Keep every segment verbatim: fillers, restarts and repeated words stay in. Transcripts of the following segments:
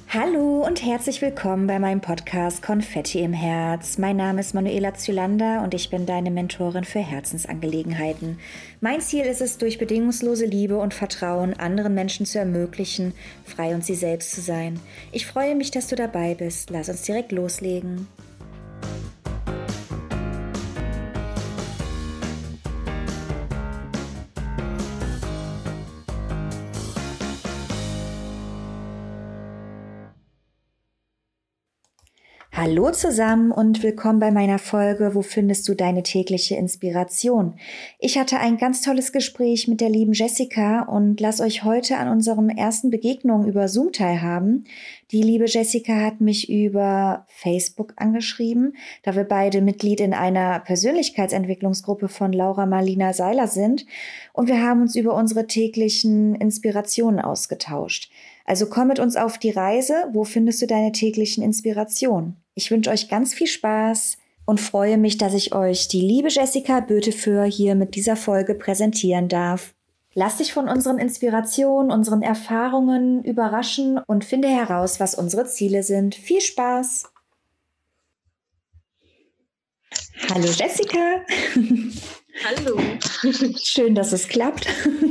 Hallo und herzlich willkommen bei meinem Podcast Konfetti im Herz. Mein Name ist Manuela Zylander und ich bin deine Mentorin für Herzensangelegenheiten. Mein Ziel ist es, durch bedingungslose Liebe und Vertrauen anderen Menschen zu ermöglichen, frei und sie selbst zu sein. Ich freue mich, dass du dabei bist. Lass uns direkt loslegen. Hallo zusammen und willkommen bei meiner Folge Wo findest du deine tägliche Inspiration? Ich hatte ein ganz tolles Gespräch mit der lieben Jessica und lass euch heute an unserem ersten Begegnung über Zoom teilhaben. Die liebe Jessica hat mich über Facebook angeschrieben, da wir beide Mitglied in einer Persönlichkeitsentwicklungsgruppe von Laura Marlina Seiler sind, und wir haben uns über unsere täglichen Inspirationen ausgetauscht. Also komm mit uns auf die Reise. Wo findest du deine täglichen Inspirationen? Ich wünsche euch ganz viel Spaß und freue mich, dass ich euch die liebe Jessica Böteführ hier mit dieser Folge präsentieren darf. Lass dich von unseren Inspirationen, unseren Erfahrungen überraschen und finde heraus, was unsere Ziele sind. Viel Spaß! Hallo Jessica! Hallo! Schön, dass es klappt.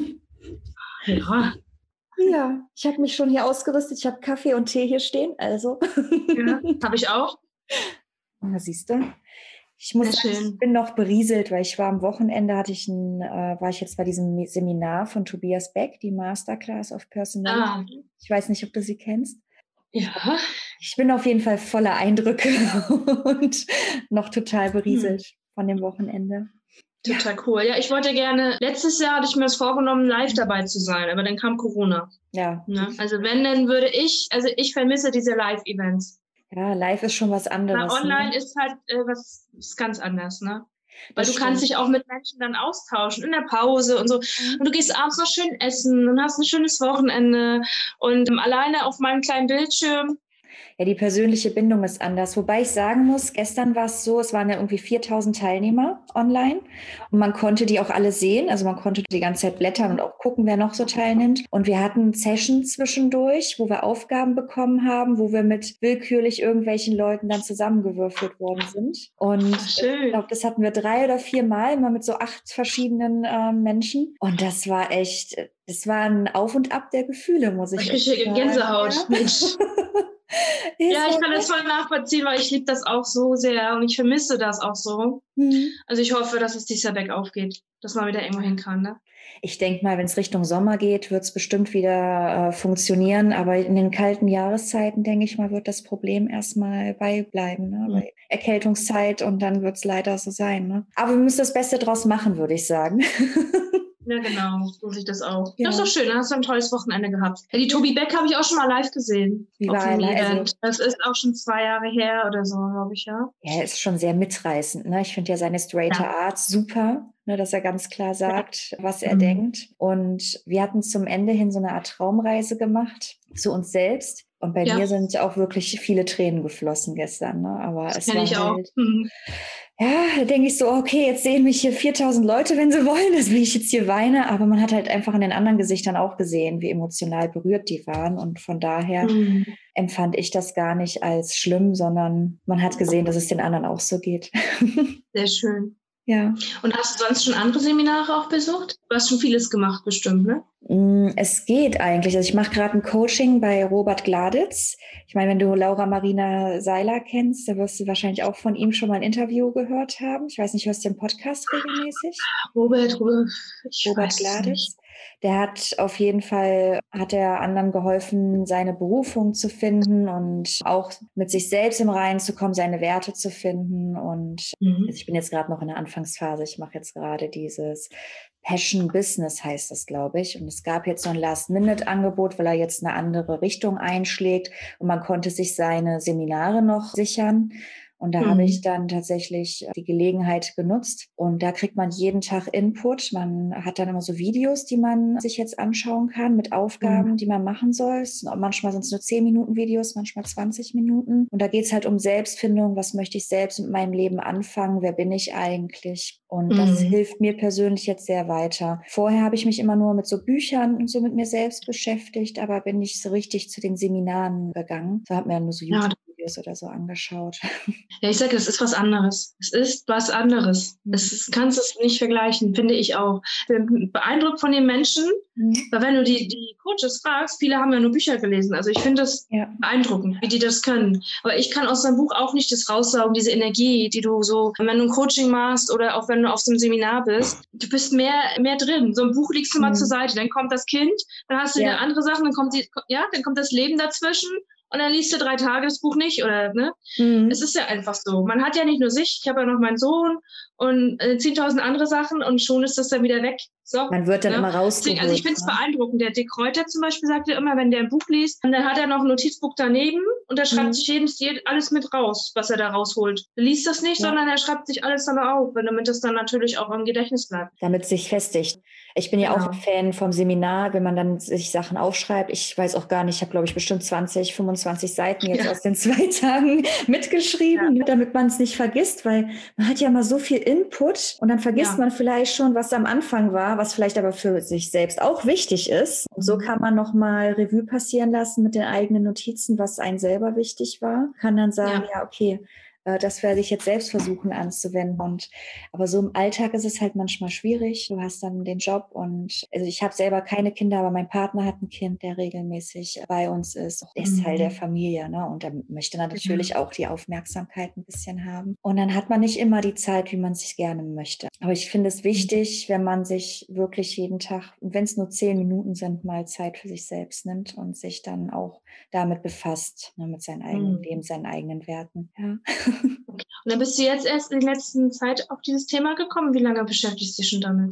Ja. Ja, ich habe mich schon hier ausgerüstet. Ich habe Kaffee und Tee hier stehen, also. Ja, habe ich auch. Na, siehst du. Ich muss sagen, ich bin noch berieselt, weil ich war am Wochenende, hatte ich ein, äh, war ich jetzt bei diesem Seminar von Tobias Beck, die Masterclass of Personality. Ah. Ich weiß nicht, ob du sie kennst. Ja. Ich bin auf jeden Fall voller Eindrücke und noch total berieselt hm. von dem Wochenende. Total ja. Cool. Ja, ich wollte gerne, letztes Jahr hatte ich mir das vorgenommen, live dabei zu sein, aber dann kam Corona. Ja. Ne? Also wenn, dann würde ich, also ich vermisse diese Live-Events. Ja, live ist schon was anderes. Weil online ne? ist halt äh, was ist ganz anders, ne? Weil Das du stimmt. kannst dich auch mit Menschen dann austauschen in der Pause und so. Und du gehst abends noch schön essen und hast ein schönes Wochenende. Und ähm, alleine auf meinem kleinen Bildschirm. Ja, die persönliche Bindung ist anders. Wobei ich sagen muss, gestern war es so, es waren ja irgendwie viertausend Teilnehmer online und man konnte die auch alle sehen. Also man konnte die ganze Zeit blättern und auch gucken, wer noch so teilnimmt. Und wir hatten Sessions zwischendurch, wo wir Aufgaben bekommen haben, wo wir mit willkürlich irgendwelchen Leuten dann zusammengewürfelt worden sind. Und Ach, schön. Ich glaube, das hatten wir drei oder vier Mal, immer mit so acht verschiedenen äh, Menschen. Und das war echt, das war ein Auf und Ab der Gefühle, muss ich, ich echt sagen. Gänsehaut, ja. Mensch. Ja, ich kann das voll nachvollziehen, weil ich liebe das auch so sehr und ich vermisse das auch so. Mhm. Also ich hoffe, dass es dieses Jahr bergauf geht, dass man wieder irgendwo hin kann. Ne? Ich denke mal, wenn es Richtung Sommer geht, wird es bestimmt wieder äh, funktionieren. Aber in den kalten Jahreszeiten, denke ich mal, wird das Problem erstmal beibleiben. Ne? Mhm. Bei Erkältungszeit und dann wird es leider so sein. Ne? Aber wir müssen das Beste draus machen, würde ich sagen. Ja, genau, so sieht das auch. Ja. Das ist doch schön, dann hast du ein tolles Wochenende gehabt. Ja, die Tobi Beck habe ich auch schon mal live gesehen. Wie war er? Also, das ist auch schon zwei Jahre her oder so, glaube ich, ja. Ja, er ist schon sehr mitreißend. Ne? Ich finde ja seine straighter ja. Art super, ne, dass er ganz klar sagt, ja. was er mhm. denkt. Und wir hatten zum Ende hin so eine Art Traumreise gemacht zu uns selbst. Und bei ja. mir sind auch wirklich viele Tränen geflossen gestern. Ne? Aber das es war ich halt, auch. Mhm. Ja, da denke ich so, okay, jetzt sehen mich hier viertausend Leute, wenn sie wollen, dass ich jetzt hier weine. Aber man hat halt einfach in den anderen Gesichtern auch gesehen, wie emotional berührt die waren. Und von daher mhm. empfand ich das gar nicht als schlimm, sondern man hat gesehen, dass es den anderen auch so geht. Sehr schön. Ja. Und hast du sonst schon andere Seminare auch besucht? Du hast schon vieles gemacht bestimmt, ne? Es geht eigentlich. Also ich mache gerade ein Coaching bei Robert Gladitz. Ich meine, wenn du Laura Marlina Seiler kennst, da wirst du wahrscheinlich auch von ihm schon mal ein Interview gehört haben. Ich weiß nicht, hörst du den Podcast regelmäßig? Robert, Robert, ich Robert weiß Gladitz. Nicht. Der hat auf jeden Fall, hat er anderen geholfen, seine Berufung zu finden und auch mit sich selbst im Reinen zu kommen, seine Werte zu finden. Und mhm. also ich bin jetzt gerade noch in der Anfangsphase. Ich mache jetzt gerade dieses Passion Business, heißt das, glaube ich. Und es gab jetzt so ein Last-Minute-Angebot, weil er jetzt eine andere Richtung einschlägt und man konnte sich seine Seminare noch sichern. Und da mhm. habe ich dann tatsächlich die Gelegenheit genutzt. Und da kriegt man jeden Tag Input. Man hat dann immer so Videos, die man sich jetzt anschauen kann mit Aufgaben, mhm. die man machen soll. Manchmal sind es nur zehn Minuten Videos, manchmal zwanzig Minuten. Und da geht es halt um Selbstfindung. Was möchte ich selbst mit meinem Leben anfangen? Wer bin ich eigentlich? Und mhm. das hilft mir persönlich jetzt sehr weiter. Vorher habe ich mich immer nur mit so Büchern und so mit mir selbst beschäftigt, aber bin nicht so richtig zu den Seminaren gegangen. So habe mir nur so YouTube-Videos ja. oder so angeschaut. Ja, ich sage, es ist was anderes. Es ist was anderes. Mhm. Es ist, kannst es nicht vergleichen, finde ich auch. Ich bin beeindruckt von den Menschen, mhm. weil wenn du die, die Coaches fragst, viele haben ja nur Bücher gelesen. Also ich finde das ja. beeindruckend, wie die das können. Aber ich kann aus deinem Buch auch nicht das raussaugen, diese Energie, die du so, wenn du ein Coaching machst oder auch wenn du auf so einem Seminar bist, du bist mehr, mehr drin. So ein Buch legst du mal mhm. zur Seite, dann kommt das Kind, dann hast du ja. wieder andere Sachen, dann kommt die, ja, dann kommt das Leben dazwischen. Und dann liest du drei Tage das Buch nicht, oder, ne? Mhm. Es ist ja einfach so. Man hat ja nicht nur sich, ich habe ja noch meinen Sohn und äh, zehntausend andere Sachen und schon ist das dann wieder weg. So, man wird dann ne? immer rausgeholt. Also ich finde es ne? beeindruckend. Der Dick Kräuter zum Beispiel sagt ja immer, wenn der ein Buch liest, dann hat er noch ein Notizbuch daneben und er schreibt mhm. sich jedes, alles mit raus, was er da rausholt. Er liest das nicht, ja. sondern er schreibt sich alles dann auf, damit das dann natürlich auch im Gedächtnis bleibt. Damit es sich festigt. Ich bin ja genau. auch ein Fan vom Seminar, wenn man dann sich Sachen aufschreibt. Ich weiß auch gar nicht, ich habe glaube ich bestimmt zwanzig, fünfundzwanzig Seiten jetzt ja. aus den zwei Tagen mitgeschrieben, ja. damit man es nicht vergisst, weil man hat ja mal so viel Input und dann vergisst ja. man vielleicht schon, was am Anfang war, was vielleicht aber für sich selbst auch wichtig ist. Und so kann man nochmal Revue passieren lassen mit den eigenen Notizen, was einem selber wichtig war. Kann dann sagen, ja, ja okay, das werde ich jetzt selbst versuchen anzuwenden. Und aber so im Alltag ist es halt manchmal schwierig. Du hast dann den Job und also ich habe selber keine Kinder, aber mein Partner hat ein Kind, der regelmäßig bei uns ist. Der ist mhm. Teil der Familie, ne? Und der möchte dann natürlich mhm. auch die Aufmerksamkeit ein bisschen haben. Und dann hat man nicht immer die Zeit, wie man sich gerne möchte. Aber ich finde es wichtig, wenn man sich wirklich jeden Tag, wenn es nur zehn Minuten sind, mal Zeit für sich selbst nimmt und sich dann auch damit befasst, ne? Mit seinem eigenen mhm. Leben, seinen eigenen Werten. Ja. Und dann bist du jetzt erst in der letzten Zeit auf dieses Thema gekommen. Wie lange beschäftigst du dich schon damit?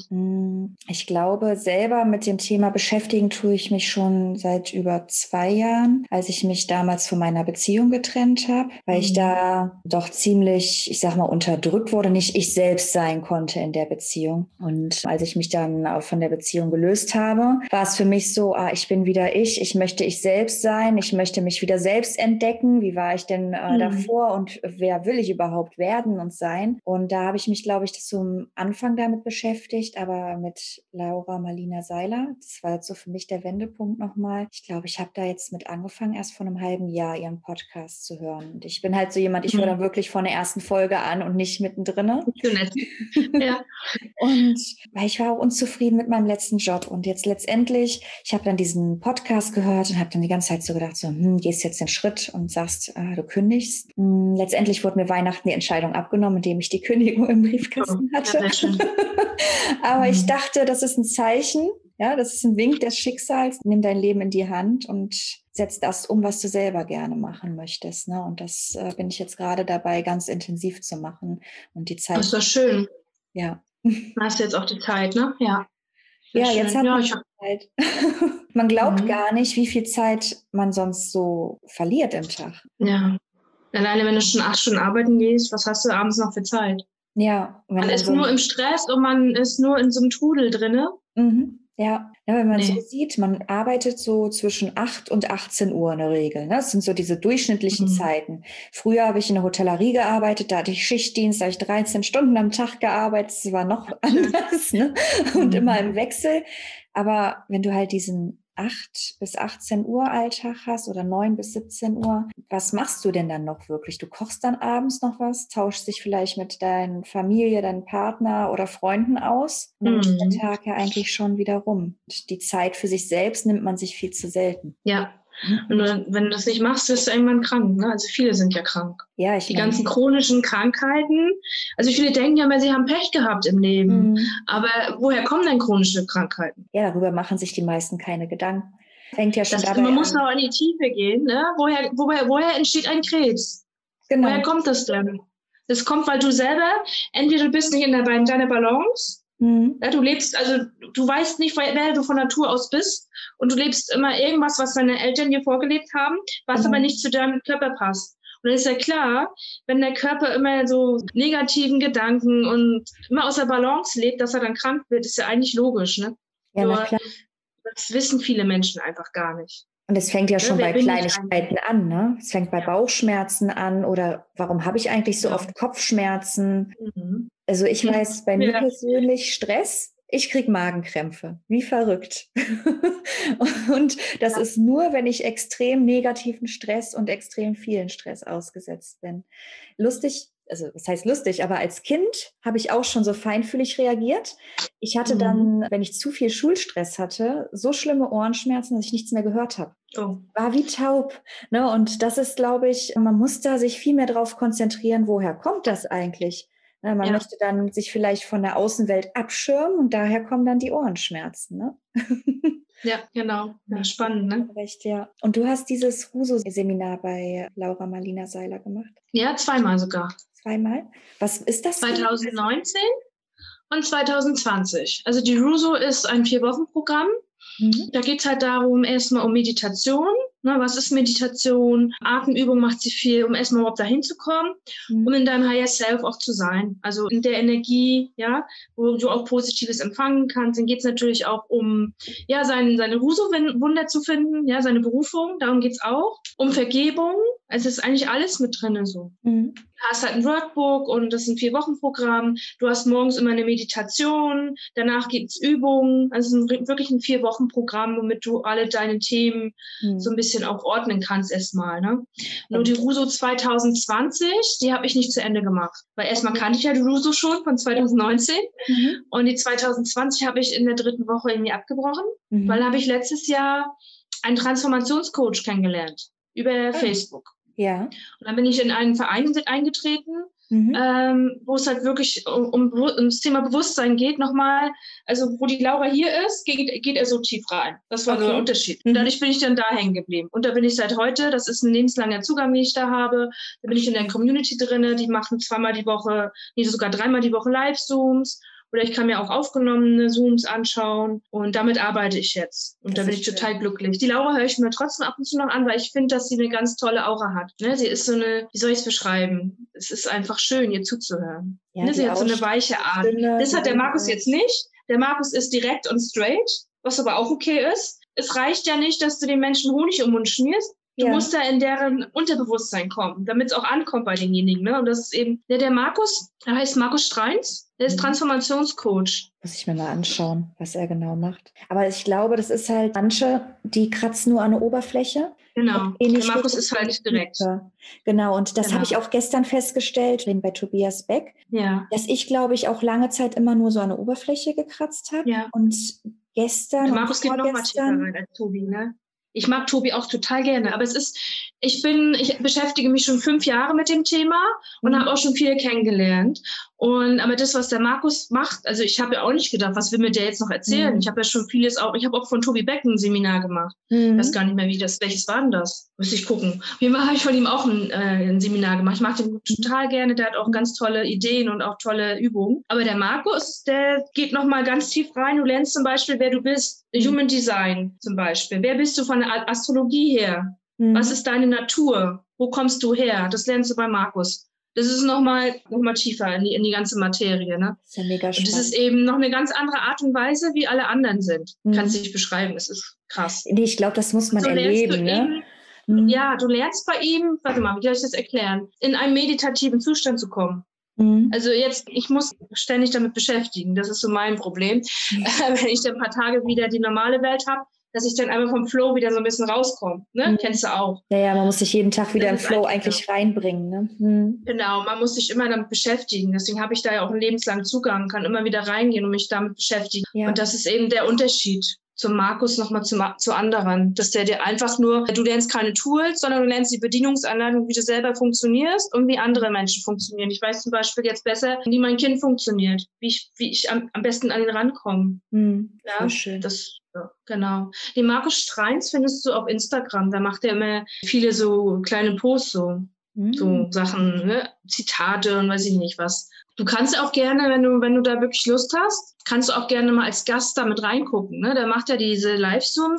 Ich glaube, selber mit dem Thema beschäftigen tue ich mich schon seit über zwei Jahren, als ich mich damals von meiner Beziehung getrennt habe, weil mhm. ich da doch ziemlich, ich sag mal, unterdrückt wurde, nicht ich selbst sein konnte in der Beziehung. Und als ich mich dann auch von der Beziehung gelöst habe, war es für mich so, ah, ich bin wieder ich, ich möchte ich selbst sein, ich möchte mich wieder selbst entdecken. Wie war ich denn äh, mhm. davor und wer will ich überhaupt werden und sein? Und da habe ich mich, glaube ich, zum Anfang damit beschäftigt, aber mit Laura Marlina Seiler. Das war jetzt so für mich der Wendepunkt nochmal. Ich glaube, ich habe da jetzt mit angefangen, erst vor einem halben Jahr ihren Podcast zu hören. Und ich bin halt so jemand, ich höre dann wirklich von der ersten Folge an und nicht mittendrin. So nett. Ja. Und weil ich war auch unzufrieden mit meinem letzten Job. Und jetzt letztendlich, ich habe dann diesen Podcast gehört und habe dann die ganze Zeit so gedacht, so, hm, gehst jetzt den Schritt und sagst, ah, du kündigst. Hm, letztendlich wurde mir Weihnachten die Entscheidung abgenommen, indem ich die Kündigung im Briefkasten oh, hatte. Ja, Aber mhm. ich dachte, das ist ein Zeichen, ja, das ist ein Wink des Schicksals. Nimm dein Leben in die Hand und setz das um, was du selber gerne machen möchtest. Ne? Und das äh, bin ich jetzt gerade dabei, ganz intensiv zu machen. Und die Zeit. Das ist doch schön. Ja. Hast du jetzt auch die Zeit, ne? Ja. Sehr ja, schön. Jetzt hat ja, man ich Zeit. Man glaubt mhm. gar nicht, wie viel Zeit man sonst so verliert im Tag. Ja. Alleine, wenn du schon acht Stunden arbeiten gehst, was hast du abends noch für Zeit? Ja. Man ist so nur im Stress und man ist nur in so einem Trudel drin. Mhm. Ja. ja, wenn man Nee. so sieht, man arbeitet so zwischen acht und achtzehn Uhr in der Regel. Ne? Das sind so diese durchschnittlichen mhm. Zeiten. Früher habe ich in der Hotellerie gearbeitet, da hatte ich Schichtdienst, da habe ich dreizehn Stunden am Tag gearbeitet. Das war noch anders, ne? Und mhm. immer im Wechsel. Aber wenn du halt diesen acht bis achtzehn Uhr Alltag hast oder neun bis siebzehn Uhr, was machst du denn dann noch wirklich? Du kochst dann abends noch was, tauschst dich vielleicht mit deiner Familie, deinem Partner oder Freunden aus und dann Mhm. ist der Tag ja eigentlich schon wieder rum. Und die Zeit für sich selbst nimmt man sich viel zu selten. Ja, und wenn du das nicht machst, wirst du irgendwann krank. Ne? Also viele sind ja krank. Ja, ich Die meine, ganzen chronischen Krankheiten. Also viele denken ja immer, sie haben Pech gehabt im Leben. Mhm. Aber woher kommen denn chronische Krankheiten? ja, darüber machen sich die meisten keine Gedanken. Fängt ja schon Das, dabei man muss an. noch in die Tiefe gehen. Ne? Woher, woher, woher entsteht ein Krebs? Genau. Woher kommt das denn? Das kommt, weil du selber, entweder du bist nicht in, der, in deiner Balance, Mhm. ja, du lebst, also du weißt nicht, wer du von Natur aus bist und du lebst immer irgendwas, was deine Eltern dir vorgelebt haben, was Genau. aber nicht zu deinem Körper passt. dann ist ja klar, wenn der Körper immer so negativen Gedanken und immer aus der Balance lebt, dass er dann krank wird, ist ja eigentlich logisch, ne? Ja, Nur, na klar. das wissen viele Menschen einfach gar nicht. Und es fängt ja schon wer bei bin ich Kleinigkeiten an, ne? Es fängt bei Ja. Bauchschmerzen an oder warum habe ich eigentlich so Ja. oft Kopfschmerzen? Mhm. Also ich weiß bei mir Ja. persönlich Stress, ich krieg Magenkrämpfe, wie verrückt. Und das ist nur, wenn ich extrem negativen Stress und extrem vielen Stress ausgesetzt bin. Lustig, also was heißt lustig, aber als Kind habe ich auch schon so feinfühlig reagiert. Ich hatte Mhm. dann, wenn ich zu viel Schulstress hatte, so schlimme Ohrenschmerzen, dass ich nichts mehr gehört habe. Oh. War wie taub. Ne? Und das ist, glaube ich, man muss da sich viel mehr drauf konzentrieren, woher kommt das eigentlich? Ne? Man Ja. möchte dann sich vielleicht von der Außenwelt abschirmen und daher kommen dann die Ohrenschmerzen. Ne? Ja, genau. Ja, spannend, ne? Recht, ja. Und du hast dieses Ruso-Seminar bei Laura Marlina Seiler gemacht? Ja, zweimal sogar. Zweimal? Was ist das? zwanzig neunzehn und zwanzig zwanzig. Also die Ruso ist ein Vier-Wochen-Programm. Mhm. Da geht es halt darum, erstmal um Meditation. Ne, was ist Meditation? Atemübung macht sie viel, um erstmal überhaupt dahin zu kommen, mhm. um in deinem Higher Self auch zu sein. Also in der Energie, ja, wo du auch Positives empfangen kannst. Dann geht es natürlich auch um, ja, sein, seine Ruso-Wunder zu finden, ja, seine Berufung, darum geht es auch. Um Vergebung. Also es ist eigentlich alles mit drin so. Mhm. Du hast halt ein Workbook und das ist ein Vier-Wochen-Programm. Du hast morgens immer eine Meditation, danach gibt es Übungen. Also es ist wirklich ein Vier-Wochen-Programm, womit du alle deine Themen mhm. so ein bisschen auch ordnen kannst erstmal. Ne? Nur die Ruso zwanzig zwanzig, die habe ich nicht zu Ende gemacht. Weil erstmal kannte ich ja die Ruso schon von zwanzig neunzehn mhm. und die zwanzig zwanzig habe ich in der dritten Woche irgendwie abgebrochen, mhm. weil habe ich letztes Jahr einen Transformationscoach kennengelernt über ah. Facebook. Ja. Und dann bin ich in einen Verein eingetreten, mhm. ähm, wo es halt wirklich um, um, um das Thema Bewusstsein geht nochmal. Also wo die Laura hier ist, geht, geht er so tief rein. Das war okay. so der Unterschied. Mhm. Dadurch bin ich dann da hängen geblieben. Und da bin ich seit heute, das ist ein lebenslanger Zugang, den ich da habe. Da bin ich in der Community drin, die machen zweimal die Woche, nee, sogar dreimal die Woche Live-Zooms. Oder ich kann mir auch aufgenommene Zooms anschauen und damit arbeite ich jetzt. Und das da bin ich schön. Total glücklich. Die Laura höre ich mir trotzdem ab und zu noch an, weil ich finde, dass sie eine ganz tolle Aura hat. Ne? Sie ist so eine, wie soll ich es beschreiben? Es ist einfach schön, ihr zuzuhören. Ja, ne? Sie hat so eine weiche Art. Stimme, das hat der Markus jetzt nicht. Der Markus ist direkt und straight, was aber auch okay ist. Es reicht ja nicht, dass du den Menschen Honig im Mund schmierst. Du ja. musst da in deren Unterbewusstsein kommen, damit es auch ankommt bei denjenigen. Ne? Und das ist eben, der, der Markus, der heißt Markus Streins, der ist Transformationscoach. Muss ich mir mal anschauen, was er genau macht. Aber ich glaube, das ist halt manche, die kratzen nur an der Oberfläche. Genau, der Markus ist halt direkt. Genau, und das genau. habe ich auch gestern festgestellt, bei Tobias Beck, ja. dass ich, glaube ich, auch lange Zeit immer nur so an der Oberfläche gekratzt habe. Ja. Und gestern der Markus geht noch mal tiefer rein als Tobi, ne? Ich mag Tobi auch total gerne, aber es ist, ich bin, ich beschäftige mich schon fünf Jahre mit dem Thema und mhm. habe auch schon viele kennengelernt. Und aber das, was der Markus macht, also ich habe ja auch nicht gedacht, was will mir der jetzt noch erzählen? Mhm. Ich habe ja schon vieles auch, ich habe auch von Tobi Beck ein Seminar gemacht. Mhm. Ich weiß gar nicht mehr, wie das, welches war denn das? Muss ich gucken. Auf jeden Fall habe ich von ihm auch ein, äh, ein Seminar gemacht. Ich mag den total gerne, der hat auch ganz tolle Ideen und auch tolle Übungen. Aber der Markus, der geht nochmal ganz tief rein. Du lernst zum Beispiel, wer du bist. Human Design zum Beispiel. Wer bist du von der Astrologie her? Mhm. Was ist deine Natur? Wo kommst du her? Das lernst du bei Markus. Das ist nochmal noch mal tiefer in die, in die ganze Materie. Ne? Das ist ja mega spannend. Und das ist eben noch eine ganz andere Art und Weise, wie alle anderen sind. Mhm. Kannst du nicht beschreiben. Es ist krass. Nee, ich glaube, das muss man so erleben. Ne? Eben, mhm. Ja, du lernst bei ihm, warte mal, wie soll ich das erklären? In einen meditativen Zustand zu kommen. Mhm. Also jetzt, ich muss ständig damit beschäftigen. Das ist so mein Problem. Mhm. Wenn ich dann ein paar Tage wieder die normale Welt habe, dass ich dann einfach vom Flow wieder so ein bisschen rauskomme. Ne? Mhm. Kennst du auch. Ja, ja, man muss sich jeden Tag wieder im Flow eigentlich reinbringen. Ne? Mhm. Genau, man muss sich immer damit beschäftigen. Deswegen habe ich da ja auch einen lebenslangen Zugang, kann immer wieder reingehen und mich damit beschäftigen. Ja. Und das ist eben der Unterschied zum Markus nochmal zu, zu anderen, dass der dir einfach nur, du lernst keine Tools, sondern du lernst die Bedienungsanleitung, wie du selber funktionierst und wie andere Menschen funktionieren. Ich weiß zum Beispiel jetzt besser, wie mein Kind funktioniert, wie ich, wie ich am, am besten an ihn rankomme. Mhm, ja, schön. Das, ja, genau. Den Markus Streins findest du auf Instagram, da macht er immer viele so kleine Posts, so, mhm. so Sachen, ne? Zitate und weiß ich nicht was. Du kannst auch gerne, wenn du, wenn du da wirklich Lust hast, kannst du auch gerne mal als Gast da mit reingucken. Ne? Da macht er diese Live-Zooms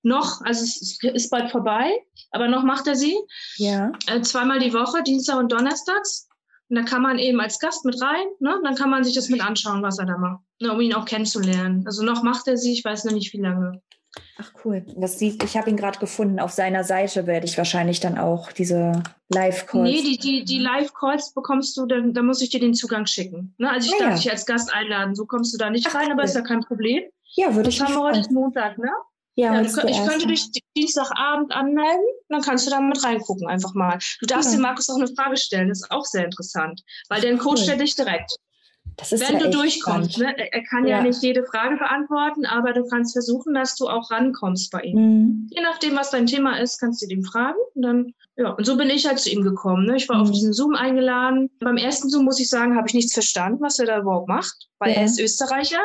noch, also es ist bald vorbei, aber noch macht er sie. Ja. Äh, zweimal die Woche, Dienstag und Donnerstags. Und da kann man eben als Gast mit rein, ne? Dann kann man sich das mit anschauen, was er da macht, ne? Um ihn auch kennenzulernen. Also noch macht er sie, ich weiß noch nicht wie lange. Ach cool, das sieht, ich habe ihn gerade gefunden. Auf seiner Seite werde ich wahrscheinlich dann auch diese Live-Calls. Nee, die, die, die Live-Calls bekommst du, dann, dann muss ich dir den Zugang schicken. Ne? Also ich Ah, darf ja. dich als Gast einladen, so kommst du da nicht Ach, rein, cool. aber ist ja kein Problem. Ja, würde Das ich haben mich wir heute freuen. Montag, ne? Ja, Ja, heute du, ist der ich könnte erste. dich Dienstagabend anmelden, dann kannst du da mit reingucken einfach mal. Du darfst Ja. dem Markus auch eine Frage stellen, das ist auch sehr interessant, weil der coacht cool. der dich direkt. Das ist Wenn ja du echt durchkommst, spannend. ne? Er kann ja. Ja. nicht jede Frage beantworten, aber du kannst versuchen, dass du auch rankommst bei ihm. Mhm. Je nachdem, was dein Thema ist, kannst du ihn fragen. Und dann, ja, und so bin ich halt zu ihm gekommen. Ne? Ich war Mhm. auf diesen Zoom eingeladen. Beim ersten Zoom, muss ich sagen, habe ich nichts verstanden, was er da überhaupt macht, weil Ja. er ist Österreicher.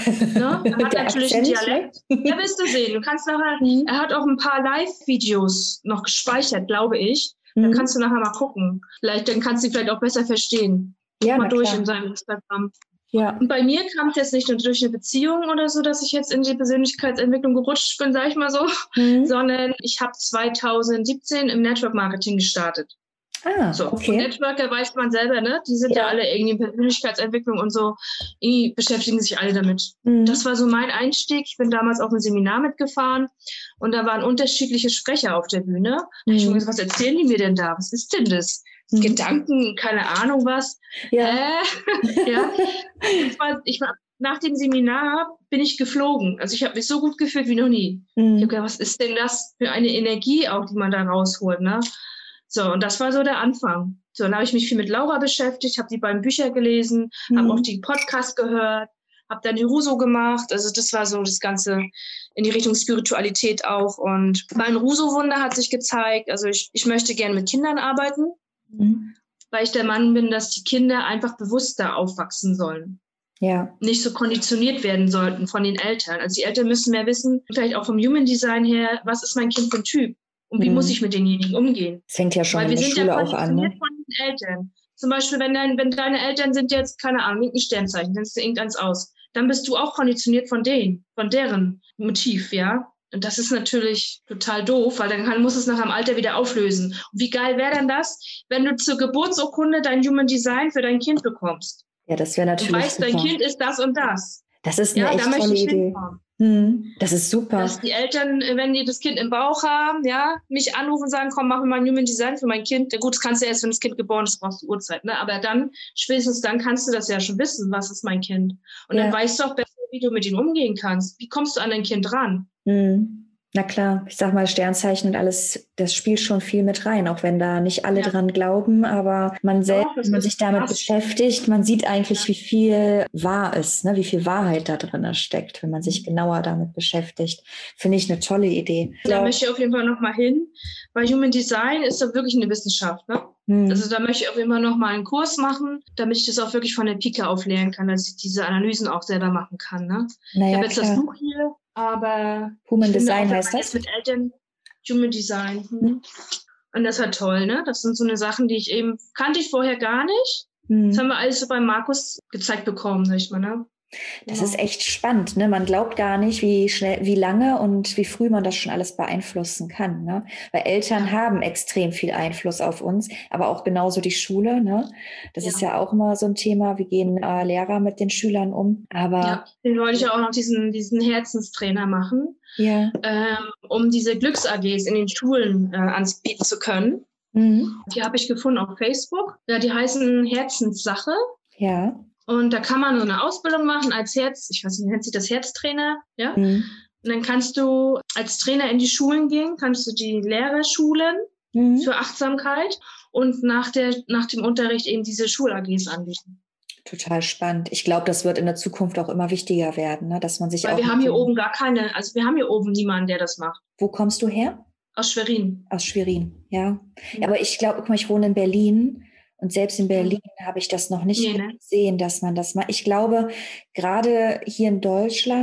Ne? Er hat Der natürlich einen Akzent, Dialekt. ne? Ja, wirst du sehen. Du kannst nachher, Mhm. er hat auch ein paar Live-Videos noch gespeichert, glaube ich. Da Mhm. kannst du nachher mal gucken. Vielleicht, dann kannst du ihn vielleicht auch besser verstehen. Guck Ja, mal na durch klar. in seinem Instagram. Ja. Und bei mir kam es jetzt nicht nur durch eine Beziehung oder so, dass ich jetzt in die Persönlichkeitsentwicklung gerutscht bin, sage ich mal so, Mhm. sondern ich habe zwanzig siebzehn im Network Marketing gestartet. Ah, So, okay. und Networker weiß man selber, ne? Die sind ja, Ja. alle irgendwie in Persönlichkeitsentwicklung und so, die beschäftigen sich alle damit. Mhm. Das war so mein Einstieg. Ich bin damals auf ein Seminar mitgefahren und da waren unterschiedliche Sprecher auf der Bühne. Mhm. Ich habe mir gesagt, was erzählen die mir denn da? Was ist denn das? Mhm. Gedanken, keine Ahnung was. Ja. Hä? Ja. Das war, ich war, nach dem Seminar bin ich geflogen. Also ich habe mich so gut gefühlt wie noch nie. Mhm. Ich habe gedacht, was ist denn das für eine Energie auch, die man da rausholt, ne? So, und das war so der Anfang. So, dann habe ich mich viel mit Laura beschäftigt, habe die beiden Bücher gelesen, Mhm. habe auch die Podcasts gehört, habe dann die Ruso gemacht. Also das war so das Ganze in die Richtung Spiritualität auch. Und mein Ruso-Wunder hat sich gezeigt. Also ich, ich möchte gerne mit Kindern arbeiten, Mhm. weil ich der Meinung bin, dass die Kinder einfach bewusster aufwachsen sollen. Ja. Nicht so konditioniert werden sollten von den Eltern. Also die Eltern müssen mehr wissen, vielleicht auch vom Human Design her, was ist mein Kind für ein Typ? Und wie Mhm. muss ich mit denjenigen umgehen? Das fängt ja schon Weil in wir der sind Schule ja auch an, konditioniert ne? von den Eltern. Zum Beispiel, wenn, dein, wenn deine Eltern sind jetzt, keine Ahnung, irgendein Sternzeichen, nennst du irgendeins aus, dann bist du auch konditioniert von denen, von deren Motiv, ja? Und das ist natürlich total doof, weil dann kann, muss es nach einem Alter wieder auflösen. Und wie geil wäre denn das, wenn du zur Geburtsurkunde dein Human Design für dein Kind bekommst? Ja, das wäre Du natürlich weißt, super. dein Kind ist das und das. Das ist eine Ja, da echt möchte tolle ich Idee. hinkommen. Hm, das ist super. Dass die Eltern, wenn die das Kind im Bauch haben, ja, mich anrufen und sagen, komm, mach mir mal ein Human Design für mein Kind. Ja, gut, das kannst du erst, wenn das Kind geboren ist, brauchst du Uhrzeit, ne? Aber dann, spätestens dann kannst du das ja schon wissen, was ist mein Kind. Und Ja. dann weißt du auch besser, wie du mit ihm umgehen kannst. Wie kommst du an dein Kind ran? Hm. Na klar, ich sag mal, Sternzeichen und alles, das spielt schon viel mit rein, auch wenn da nicht alle Ja. dran glauben, aber man selbst, Doch, das wenn man ist sich damit krass. beschäftigt, man sieht eigentlich, wie viel wahr ist, ne? Wie viel Wahrheit da drin steckt, wenn man sich genauer damit beschäftigt. Finde ich eine tolle Idee. Da möchte ich auf jeden Fall nochmal hin, weil Human Design ist doch wirklich eine Wissenschaft, ne? Hm. Also da möchte ich auf jeden Fall nochmal einen Kurs machen, damit ich das auch wirklich von der Pike auf lernen kann, dass ich diese Analysen auch selber machen kann, ne? Ich Naja, habe jetzt das klar. Buch hier, aber Human ich finde Design auch, wenn heißt man das? jetzt mit Eltern Human Design. Hm. Und das war toll, ne? Das sind so eine Sachen, die ich eben, kannte ich vorher gar nicht. Hm. Das haben wir alles so bei Markus gezeigt bekommen, sag ich mal, ne? Das Genau. ist echt spannend, ne? Man glaubt gar nicht, wie schnell, wie lange und wie früh man das schon alles beeinflussen kann, ne? Weil Eltern Ja. haben extrem viel Einfluss auf uns, aber auch genauso die Schule, ne? Das Ja. ist ja auch immer so ein Thema. Wie gehen äh, Lehrer mit den Schülern um? Aber Ja, den wollte ich ja auch noch diesen, diesen Herzenstrainer machen, ja. ähm, um diese Glücks-A Gs in den Schulen äh, anbieten zu können. Mhm. Die habe ich gefunden auf Facebook. Ja, die heißen Herzenssache. Ja. Und da kann man so eine Ausbildung machen als Herz, ich weiß nicht, nennt sich das Herztrainer, ja? Mhm. Und dann kannst du als Trainer in die Schulen gehen, kannst du die Lehrer schulen Mhm. für Achtsamkeit und nach, der, nach dem Unterricht eben diese Schul-A Gs anbieten. Total spannend. Ich glaube, das wird in der Zukunft auch immer wichtiger werden, ne? Dass man sich Weil auch wir haben mit hier dem- oben gar keine, also wir haben hier oben niemanden, der das macht. Wo kommst du her? Aus Schwerin. Aus Schwerin, ja. Ja. Aber ich glaube, guck mal, ich wohne in Berlin und selbst in Berlin habe ich das noch nicht Nee, ne? gesehen, dass man das macht. Ich glaube, gerade hier in Deutschland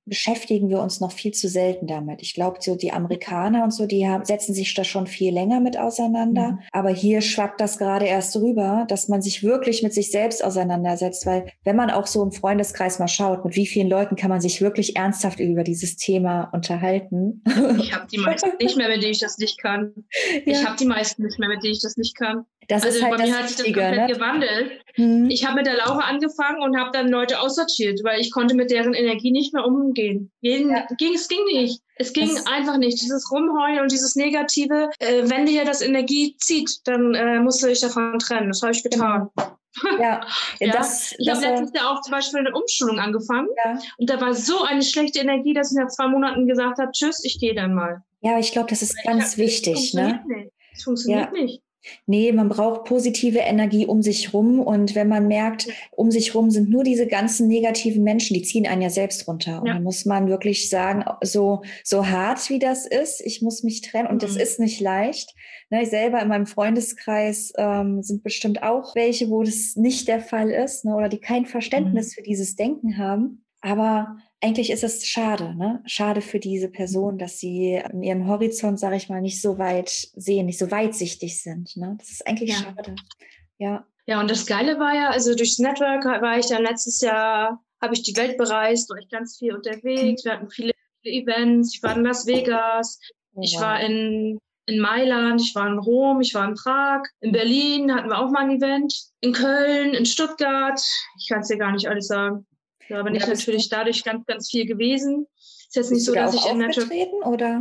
beschäftigen wir uns noch viel zu selten damit. Ich glaube, so die Amerikaner und so, die haben, setzen sich da schon viel länger mit auseinander. Mhm. Aber hier schwappt das gerade erst rüber, dass man sich wirklich mit sich selbst auseinandersetzt. Weil wenn man auch so im Freundeskreis mal schaut, mit wie vielen Leuten kann man sich wirklich ernsthaft über dieses Thema unterhalten. Ich habe die meisten nicht mehr, mit denen ich das nicht kann. Ja. Ich habe die meisten nicht mehr, mit denen ich das nicht kann. Das also ist halt bei mir das hat sich das Wichtige, komplett ne? gewandelt. Mhm. Ich habe mit der Laura angefangen und habe dann Leute aussortiert, weil ich konnte mit deren Energie nicht mehr umgehen. Jeden, ja. ging, es ging nicht. Es ging das einfach nicht. Dieses Rumheulen und dieses Negative, äh, wenn dir das Energie zieht, dann äh, musst du dich davon trennen. Das habe ich getan. Genau. Ja, ja. das, ich habe letztes Jahr auch zum Beispiel eine Umschulung angefangen ja. und da war so eine schlechte Energie, dass ich nach zwei Monaten gesagt habe, tschüss, ich gehe dann mal. Ja, ich glaube, das ist weil ganz hab, wichtig. Das funktioniert ne? nicht. Das funktioniert ja. nicht. Nee, man braucht positive Energie um sich rum. Und wenn man merkt, um sich rum sind nur diese ganzen negativen Menschen, die ziehen einen ja selbst runter. Und ja. da muss man wirklich sagen, so, so hart wie das ist, ich muss mich trennen. Und mhm. das ist nicht leicht. Ne, ich selber in meinem Freundeskreis ähm, sind bestimmt auch welche, wo das nicht der Fall ist, ne, oder die kein Verständnis mhm. für dieses Denken haben. Aber eigentlich ist es schade, ne? Schade für diese Person, dass sie in ihren Horizont, sage ich mal, nicht so weit sehen, nicht so weitsichtig sind. Ne? Das ist eigentlich ja. schade. Ja. Ja, und das Geile war ja, also durchs Network war ich dann letztes Jahr, habe ich die Welt bereist, war ich ganz viel unterwegs. Wir hatten viele, viele Events. Ich war in Las Vegas, oh, ich wow. war in, in Mailand, ich war in Rom, ich war in Prag, in Berlin hatten wir auch mal ein Event, in Köln, in Stuttgart. Ich kann es dir gar nicht alles sagen. Da bin ich natürlich dadurch ganz, ganz viel gewesen. Ist jetzt nicht so, dass ich in Network oder?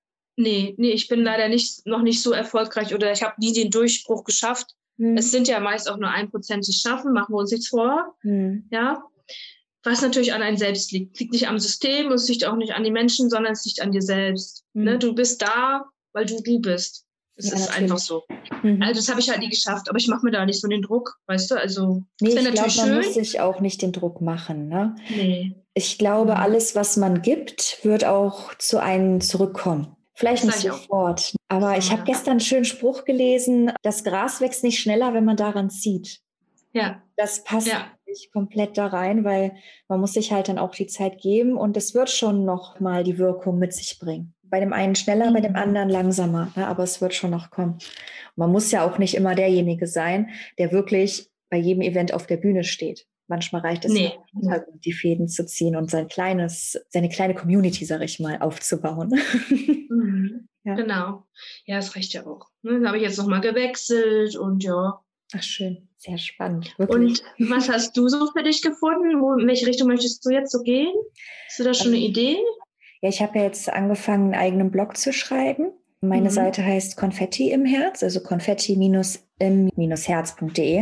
Nee, nee, ich bin leider nicht, noch nicht so erfolgreich oder ich habe nie den Durchbruch geschafft. Hm. Es sind ja meist auch nur ein Prozent, die es schaffen, machen wir uns nichts vor. Hm. Ja. Was natürlich an einem selbst liegt. Liegt nicht am System und es liegt auch nicht an die Menschen, sondern es liegt an dir selbst. Hm. Ne? Du bist da, weil du du bist. Es ja, ist natürlich. Einfach so. Mhm. Also das habe ich halt nie geschafft, aber ich mache mir da nicht so den Druck, weißt du? Also nee, ich glaube, man muss sich auch nicht den Druck machen. Ne? Nee. Ich glaube, mhm. alles, was man gibt, wird auch zu einem zurückkommen. Vielleicht das nicht sofort, auch. aber ich habe ja. gestern einen schönen Spruch gelesen, das Gras wächst nicht schneller, wenn man daran zieht. Ja. Das passt ja. nicht komplett da rein, weil man muss sich halt dann auch die Zeit geben und es wird schon noch mal die Wirkung mit sich bringen. Bei dem einen schneller, mhm. bei dem anderen langsamer, ne? Aber es wird schon noch kommen. Und man muss ja auch nicht immer derjenige sein, der wirklich bei jedem Event auf der Bühne steht. Manchmal reicht es, nee. ja, die Fäden zu ziehen und sein kleines, seine kleine Community, sag ich mal, aufzubauen. Mhm. Ja. Genau. Ja, das reicht ja auch. Ne? Dann habe ich jetzt nochmal gewechselt und ja. Ach schön, sehr spannend. Wirklich. Und was hast du so für dich gefunden? Wo, in welche Richtung möchtest du jetzt so gehen? Hast du da schon eine Idee? Ja, ich habe ja jetzt angefangen, einen eigenen Blog zu schreiben. Meine mhm. Seite heißt Konfetti im Herz, also konfetti im herz punkt de.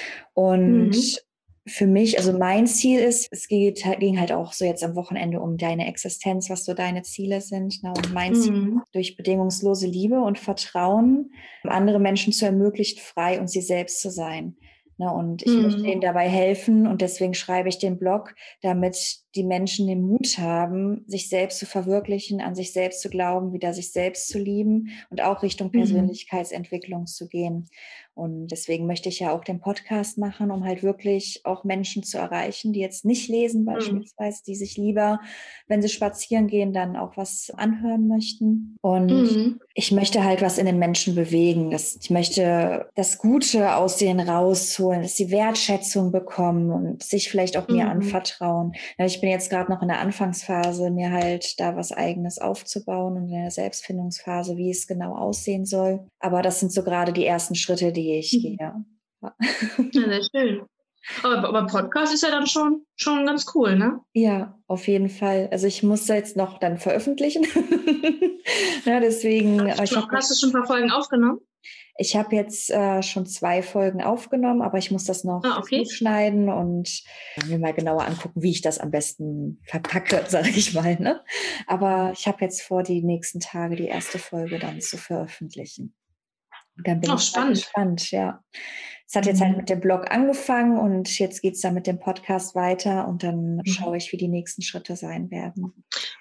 Und mhm. für mich, also mein Ziel ist, es geht, ging halt auch so jetzt am Wochenende um deine Existenz, was so deine Ziele sind. Ne? Und mein mhm. Ziel, durch bedingungslose Liebe und Vertrauen, andere Menschen zu ermöglichen, frei und sie selbst zu sein. Ne? Und ich mhm. möchte ihnen dabei helfen und deswegen schreibe ich den Blog, damit die Menschen den Mut haben, sich selbst zu verwirklichen, an sich selbst zu glauben, wieder sich selbst zu lieben und auch Richtung Persönlichkeitsentwicklung zu gehen. Und deswegen möchte ich ja auch den Podcast machen, um halt wirklich auch Menschen zu erreichen, die jetzt nicht lesen beispielsweise, die sich lieber, wenn sie spazieren gehen, dann auch was anhören möchten. Und mhm. ich möchte halt was in den Menschen bewegen. Das, ich möchte das Gute aus denen rausholen, dass sie Wertschätzung bekommen und sich vielleicht auch mir mhm. anvertrauen. Ich bin jetzt gerade noch in der Anfangsphase, mir halt da was Eigenes aufzubauen und in der Selbstfindungsphase, wie es genau aussehen soll. Aber das sind so gerade die ersten Schritte, die ich mhm. gehe. Ja. Ja, sehr schön. Aber, aber Podcast ist ja dann schon, schon ganz cool, ne? Ja, auf jeden Fall. Also ich muss jetzt noch dann veröffentlichen. Ja, deswegen. Hast, ich hab, hast du schon ein paar Folgen aufgenommen? Ich habe jetzt äh, schon zwei Folgen aufgenommen, aber ich muss das noch ah, okay. schneiden und mir mal genauer angucken, wie ich das am besten verpacke, sage ich mal. Ne? Aber ich habe jetzt vor, die nächsten Tage die erste Folge dann zu veröffentlichen. Und dann bin oh, ich spannend. gespannt, ja. Es hat jetzt halt mit dem Blog angefangen und jetzt geht es dann mit dem Podcast weiter und dann mhm. schaue ich, wie die nächsten Schritte sein werden.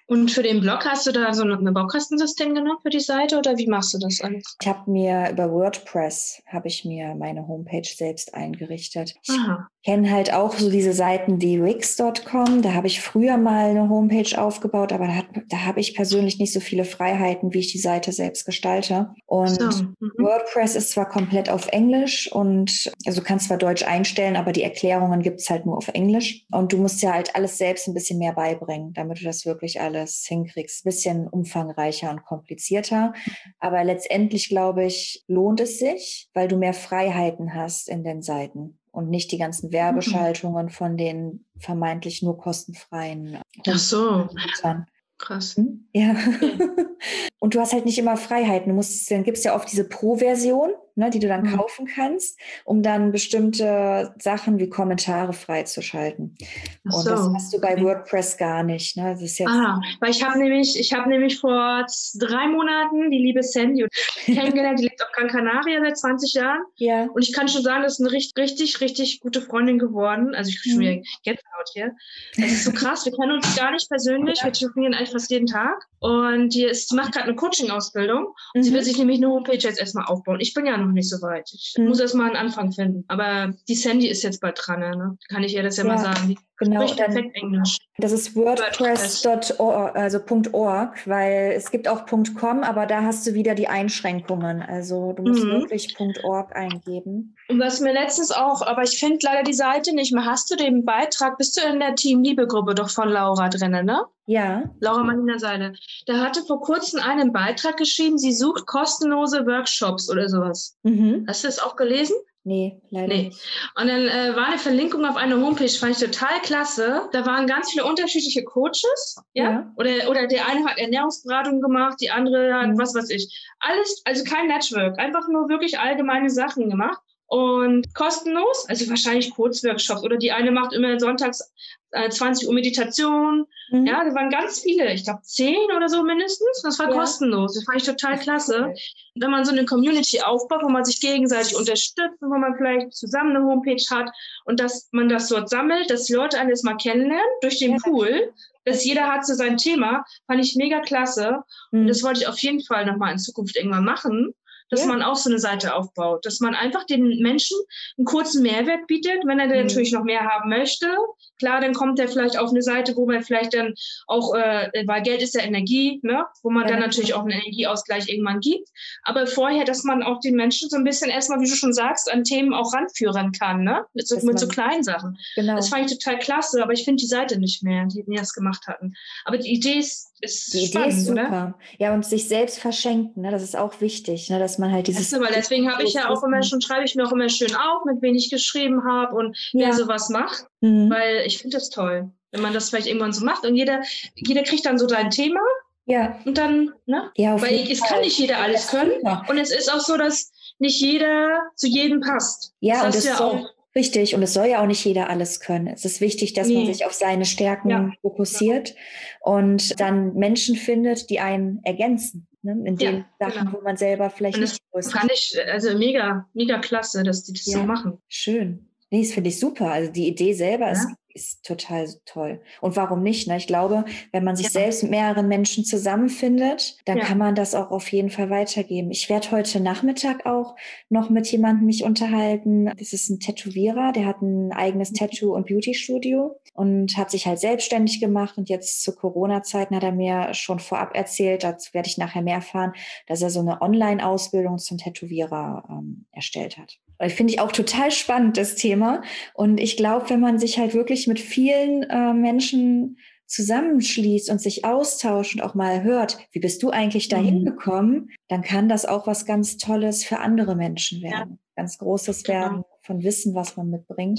Und für den Blog hast du da so ein Baukastensystem genommen für die Seite oder wie machst du das alles? Ich habe mir über WordPress, habe ich mir meine Homepage selbst eingerichtet. Ich Aha. kenne halt auch so diese Seiten wie Wix Punkt com. Da habe ich früher mal eine Homepage aufgebaut, aber da, hat, da habe ich persönlich nicht so viele Freiheiten, wie ich die Seite selbst gestalte. Und So. Mhm. WordPress ist zwar komplett auf Englisch und also du kannst zwar Deutsch einstellen, aber die Erklärungen gibt es halt nur auf Englisch. Und du musst ja halt alles selbst ein bisschen mehr beibringen, damit du das wirklich alles hinkriegst. Ein bisschen umfangreicher und komplizierter. Aber letztendlich, glaube ich, lohnt es sich, weil du mehr Freiheiten hast in den Seiten und nicht die ganzen Werbeschaltungen von den vermeintlich nur kostenfreien Ach so. Anbietern. Krass. Hm? Ja. Und du hast halt nicht immer Freiheiten. Du musst, dann gibt es ja oft diese Pro-Version, ne, die du dann Mhm. kaufen kannst, um dann bestimmte Sachen wie Kommentare freizuschalten. Ach Und so. das hast du bei Okay. WordPress gar nicht. Ne? Das ist jetzt Ah, weil ich habe nämlich, ich habe nämlich vor z- drei Monaten die liebe Sandy kennengelernt, die lebt auf Gran Canaria seit zwanzig Jahren. ja. Und ich kann schon sagen, das ist eine richtig, richtig, richtig gute Freundin geworden. Also ich kriege schon Mhm. wieder Gänsehaut hier. Das ist so krass. Wir kennen uns gar nicht persönlich. Wir telefonieren eigentlich fast jeden Tag. Und die, ist, die macht gerade eine Coaching-Ausbildung. Mhm. Sie will sich nämlich eine Homepage jetzt erstmal aufbauen. Ich bin ja noch nicht so weit. Ich Mhm. muss erstmal einen Anfang finden. Aber die Sandy ist jetzt bald dran. Ne? Kann ich ihr das ja, Ja, mal sagen. Die genau. spricht Dann, perfekt Englisch. das ist WordPress Punkt org, also .org, weil es gibt auch .com, aber da hast du wieder die Einschränkungen. Also du musst Mhm. wirklich .org eingeben. Und was mir letztens auch, aber ich finde leider die Seite nicht mehr. Hast du den Beitrag, bist du in der Team-Liebe-Gruppe doch von Laura drin, ne? Ja. Laura Marlina Seidel. Da hatte vor kurzem einen Beitrag geschrieben, sie sucht kostenlose Workshops oder sowas. Mhm. Hast du das auch gelesen? Nee, leider Nee. nicht. Und dann äh, war eine Verlinkung auf eine Homepage, fand ich total klasse. Da waren ganz viele unterschiedliche Coaches, ja? Ja. Oder, oder der eine hat Ernährungsberatung gemacht, die andere hat Mhm. was weiß ich. Alles, also kein Network, einfach nur wirklich allgemeine Sachen gemacht. Und kostenlos, also wahrscheinlich Kurzworkshops. Oder die eine macht immer sonntags äh, zwanzig Uhr Meditation. Mhm. Ja, da waren ganz viele, ich glaube zehn oder so mindestens. Das war Ja. kostenlos. Das fand ich total klasse. Cool. Wenn man so eine Community aufbaut, wo man sich gegenseitig unterstützt, wo man vielleicht zusammen eine Homepage hat und dass man das dort sammelt, dass die Leute alles mal kennenlernen durch den Ja. Pool, dass jeder hat so sein Thema, fand ich mega klasse. Mhm. Und das wollte ich auf jeden Fall nochmal in Zukunft irgendwann machen, dass Ja. man auch so eine Seite aufbaut, dass man einfach den Menschen einen kurzen Mehrwert bietet, wenn er Mhm. natürlich noch mehr haben möchte. Klar, dann kommt er vielleicht auf eine Seite, wo man vielleicht dann auch, äh, weil Geld ist ja Energie, ne? Wo man Ja, dann na natürlich klar. auch einen Energieausgleich irgendwann gibt. Aber vorher, dass man auch den Menschen so ein bisschen erstmal, wie du schon sagst, an Themen auch ranführen kann, ne? Mit so, Dass mit so man- kleinen Sachen. Genau. Das fand ich total klasse, aber ich finde die Seite nicht mehr, die, die das gemacht hatten. Aber die Idee ist, ist Die Idee spannend, ist super. oder? Ja, und sich selbst verschenken, ne? Das ist auch wichtig, ne? Dass man halt dieses. Weißt du, weil deswegen habe ich ja auch immer schon, schreibe ich mir auch immer schön auf, mit wem ich geschrieben habe und Ja. wer sowas macht, Mhm. weil ich finde das toll, wenn man das vielleicht irgendwann so macht und jeder, jeder kriegt dann so sein Thema Ja. und dann, ne? Ja, auf Weil jeden es Fall. kann nicht jeder alles können Super. und es ist auch so, dass nicht jeder zu jedem passt. Ja, das und hast es du ja soll, auch. richtig, und es soll ja auch nicht jeder alles können. Es ist wichtig, dass man Nee. sich auf seine Stärken Ja. fokussiert und dann Menschen findet, die einen ergänzen, ne? In Ja, den Sachen, genau. wo man selber vielleicht Und nicht das die größten. kann ich, also mega, mega klasse, dass die das Ja. so machen. Schön. Nee, das finde ich super. Also die Idee selber Ja. ist, ist total toll. Und warum nicht? Ne? Ich glaube, wenn man sich Ja. selbst mit mehreren Menschen zusammenfindet, dann Ja. kann man das auch auf jeden Fall weitergeben. Ich werde heute Nachmittag auch noch mit jemandem mich unterhalten. Das ist ein Tätowierer, der hat ein eigenes Tattoo- und Beauty-Studio und hat sich halt selbstständig gemacht. Und jetzt zu Corona-Zeiten hat er mir schon vorab erzählt, dazu werde ich nachher mehr erfahren, dass er so eine Online-Ausbildung zum Tätowierer ähm, erstellt hat. Finde ich auch total spannend, das Thema. Und ich glaube, wenn man sich halt wirklich mit vielen äh, Menschen zusammenschließt und sich austauscht und auch mal hört, wie bist du eigentlich dahin Mhm. gekommen, dann kann das auch was ganz Tolles für andere Menschen werden. Ganz Großes Genau. werden von Wissen, was man mitbringt.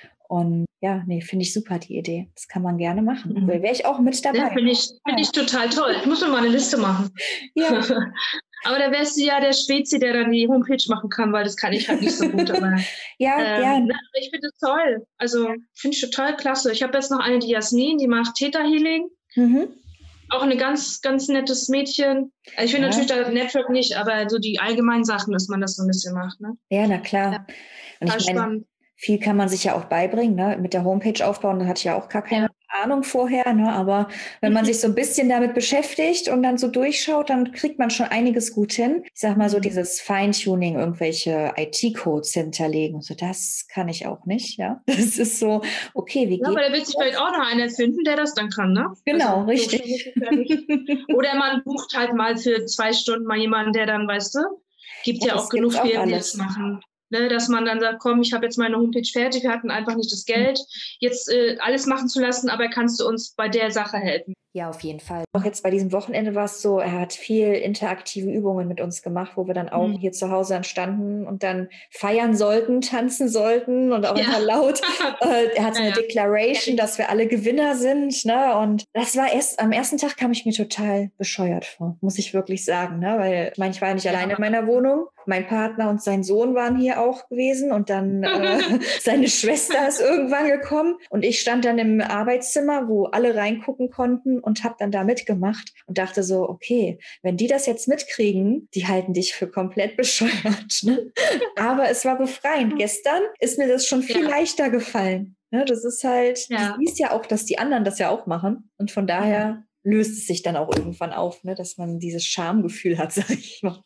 Und ja, nee, finde ich super, die Idee. Das kann man gerne machen. Mhm. Wäre ich auch mit dabei. Ja, finde ich, find ich total toll. Ich muss mir mal eine Liste machen. Ja. Aber da wärst du ja der Spezi, der dann die Homepage machen kann, weil das kann ich halt nicht so gut. Aber, Ja, ähm, gern. ne, ich finde das toll. Also finde ich total klasse. Ich habe jetzt noch eine, die Jasmin, die macht Theta Healing. Mhm. Auch ein ganz, ganz nettes Mädchen. Also ich finde Ja. natürlich das Network nicht, aber so die allgemeinen Sachen, dass man das so ein bisschen macht. Ne? Ja, na klar. Ja. Und Total ich meine, spannend. viel kann man sich ja auch beibringen, ne? Mit der Homepage aufbauen, da hatte ich ja auch gar keine Ja. Ahnung vorher, ne? Aber wenn man sich so ein bisschen damit beschäftigt und dann so durchschaut, dann kriegt man schon einiges gut hin. Ich sag mal so dieses Feintuning, irgendwelche I T-Codes hinterlegen, so das kann ich auch nicht, ja. Das ist so, okay, wie Ja, geht aber da wird sich vielleicht auch noch einer finden, der das dann kann, ne? Genau, also, richtig. So oder man bucht halt mal für zwei Stunden mal jemanden, der dann, weißt du, gibt ja, ja auch genug auch Firmen, die alles. das machen. Ne, dass man dann sagt, komm, ich habe jetzt meine Homepage fertig, wir hatten einfach nicht das Geld, jetzt äh, alles machen zu lassen, aber kannst du uns bei der Sache helfen? Ja, auf jeden Fall. Auch jetzt bei diesem Wochenende war es so, er hat viel interaktive Übungen mit uns gemacht, wo wir dann auch mhm. hier zu Hause dann standen und dann feiern sollten, tanzen sollten und auch ja. einfach laut. Äh, er hatte ja, eine ja. Declaration, dass wir alle Gewinner sind, ne? Und das war erst, am ersten Tag kam ich mir total bescheuert vor, muss ich wirklich sagen, ne? Weil ich meine, ich war ja nicht ja. alleine in meiner Wohnung. Mein Partner und sein Sohn waren hier auch gewesen und dann äh, seine Schwester ist irgendwann gekommen und ich stand dann im Arbeitszimmer, wo alle reingucken konnten und habe dann da mitgemacht und dachte so, okay, wenn die das jetzt mitkriegen, die halten dich für komplett bescheuert. Ne? Aber es war befreiend. Gestern ist mir das schon viel ja. leichter gefallen. Ne? Das ist halt, ja. du siehst ja auch, dass die anderen das ja auch machen und von daher löst es sich dann auch irgendwann auf, ne, dass man dieses Schamgefühl hat, sag ich mal.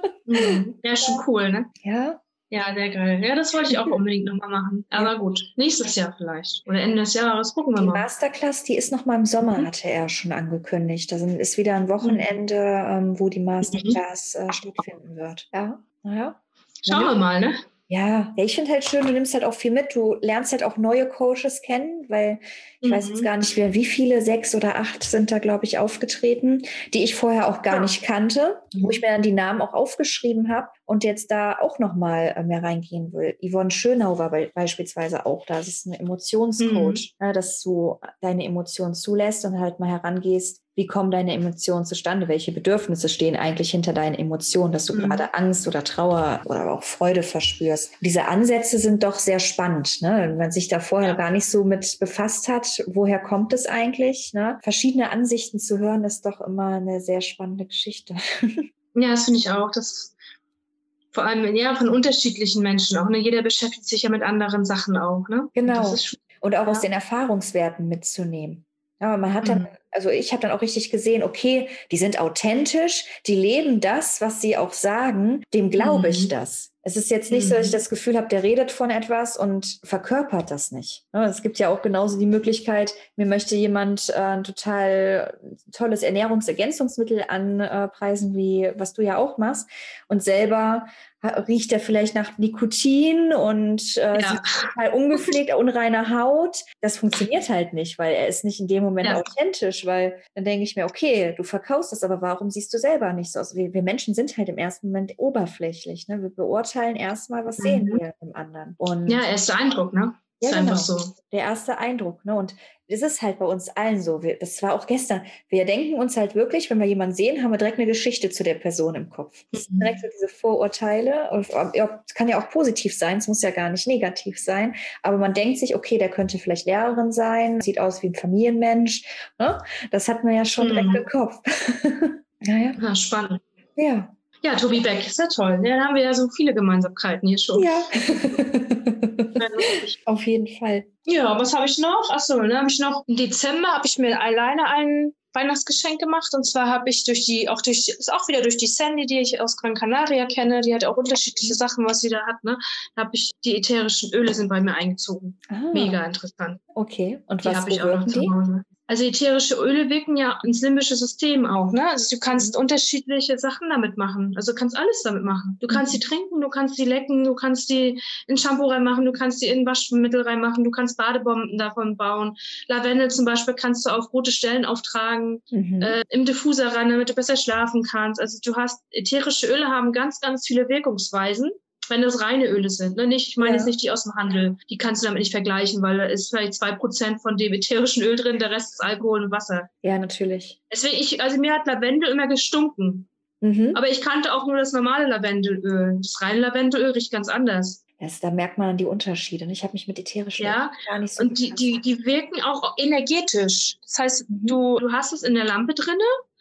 Ja, schon cool, ne? Ja. Ja, sehr geil. Ja, das wollte ich auch unbedingt nochmal machen. Aber ja. gut, nächstes Jahr vielleicht. Oder Ende des Jahres, gucken wir die mal. Die Masterclass, die ist noch mal im Sommer, mhm. hatte er schon angekündigt. Da ist wieder ein Wochenende, ähm, wo die Masterclass mhm. äh, stattfinden wird. Ja, naja. Schauen wir mal, ne? Ja, ja, ich finde halt schön, du nimmst halt auch viel mit. Du lernst halt auch neue Coaches kennen, weil ich mhm. weiß jetzt gar nicht mehr, wie viele, sechs oder acht sind da, glaube ich, aufgetreten, die ich vorher auch gar ja. nicht kannte, mhm. wo ich mir dann die Namen auch aufgeschrieben habe und jetzt da auch nochmal äh, mehr reingehen will. Yvonne Schönau war be- beispielsweise auch da. Das ist ein Emotionscoach, mhm. ne, dass du deine Emotionen zulässt und halt mal herangehst, wie kommen deine Emotionen zustande? Welche Bedürfnisse stehen eigentlich hinter deinen Emotionen, dass du mhm. gerade Angst oder Trauer oder auch Freude verspürst? Diese Ansätze sind doch sehr spannend, ne? Wenn man sich da vorher ja. gar nicht so mit befasst hat, woher kommt es eigentlich? Ne? Verschiedene Ansichten zu hören, ist doch immer eine sehr spannende Geschichte. Ja, das finde ich auch. Das vor allem ja von unterschiedlichen Menschen auch. Ne? Jeder beschäftigt sich ja mit anderen Sachen auch. Ne? Genau. Und, das ist, und auch ja. aus den Erfahrungswerten mitzunehmen. Ja, man hat dann, also ich habe dann auch richtig gesehen, okay, die sind authentisch, die leben das, was sie auch sagen, dem glaube ich mhm. das. Es ist jetzt nicht mhm. so, dass ich das Gefühl habe, der redet von etwas und verkörpert das nicht. Ja, es gibt ja auch genauso die Möglichkeit, mir möchte jemand äh, ein total tolles Ernährungsergänzungsmittel anpreisen, wie was du ja auch machst, und selber riecht er vielleicht nach Nikotin und äh, ja. sieht total ungepflegt, unreine Haut. Das funktioniert halt nicht, weil er ist nicht in dem Moment ja. authentisch, weil dann denke ich mir, okay, du verkaufst das, aber warum siehst du selber nicht so aus? Wir, wir Menschen sind halt im ersten Moment oberflächlich. Ne? Wir beurteilen erstmal, was mhm. sehen wir im anderen. Und ja, erster Eindruck, ne? Ja, ist genau. einfach so. Der erste Eindruck. Ne? Und das ist halt bei uns allen so. Wir, das war auch gestern. Wir denken uns halt wirklich, wenn wir jemanden sehen, haben wir direkt eine Geschichte zu der Person im Kopf. Das sind direkt so diese Vorurteile. Und es kann ja auch positiv sein, es muss ja gar nicht negativ sein. Aber man denkt sich, okay, der könnte vielleicht Lehrerin sein, sieht aus wie ein Familienmensch. Ne? Das hat man ja schon direkt mhm. im Kopf. Naja. Ja, spannend. Ja. Ja, Tobi Beck, ist ja toll. Ja, dann haben wir ja so viele Gemeinsamkeiten hier schon. Ja. Auf jeden Fall. Ja, was habe ich noch? Achso, dann habe ich noch im Dezember habe ich mir alleine ein Weihnachtsgeschenk gemacht. Und zwar habe ich durch die, auch durch, ist auch wieder durch die Sandy, die ich aus Gran Canaria kenne, die hat auch unterschiedliche Sachen, was sie da hat, ne? Da habe ich, die ätherischen Öle sind bei mir eingezogen. Ah. Mega interessant. Okay. Und die was habe ich auch noch zu Hause. Also ätherische Öle wirken ja ins limbische System auch, ne? Also du kannst unterschiedliche Sachen damit machen. Also du kannst alles damit machen. Du kannst mhm. die trinken, du kannst die lecken, du kannst die in Shampoo reinmachen, du kannst die in Waschmittel reinmachen, du kannst Badebomben davon bauen. Lavendel zum Beispiel kannst du auf rote Stellen auftragen, mhm. äh, im Diffuser ran, damit du besser schlafen kannst. Also du hast, ätherische Öle haben ganz, ganz viele Wirkungsweisen. Wenn das reine Öle sind, ne? Nicht, ich meine ja. jetzt nicht die aus dem Handel, die kannst du damit nicht vergleichen, weil da ist vielleicht zwei Prozent von dem ätherischen Öl drin, der Rest ist Alkohol und Wasser. Ja, natürlich. Deswegen, ich, also mir hat Lavendel immer gestunken. Mhm. Aber ich kannte auch nur das normale Lavendelöl. Das reine Lavendelöl riecht ganz anders. Das, da merkt man dann die Unterschiede. Ich habe mich mit ätherischen ja. Ölen gar nicht so und die, die, die wirken auch energetisch. Das heißt, mhm. du, du hast es in der Lampe drinne.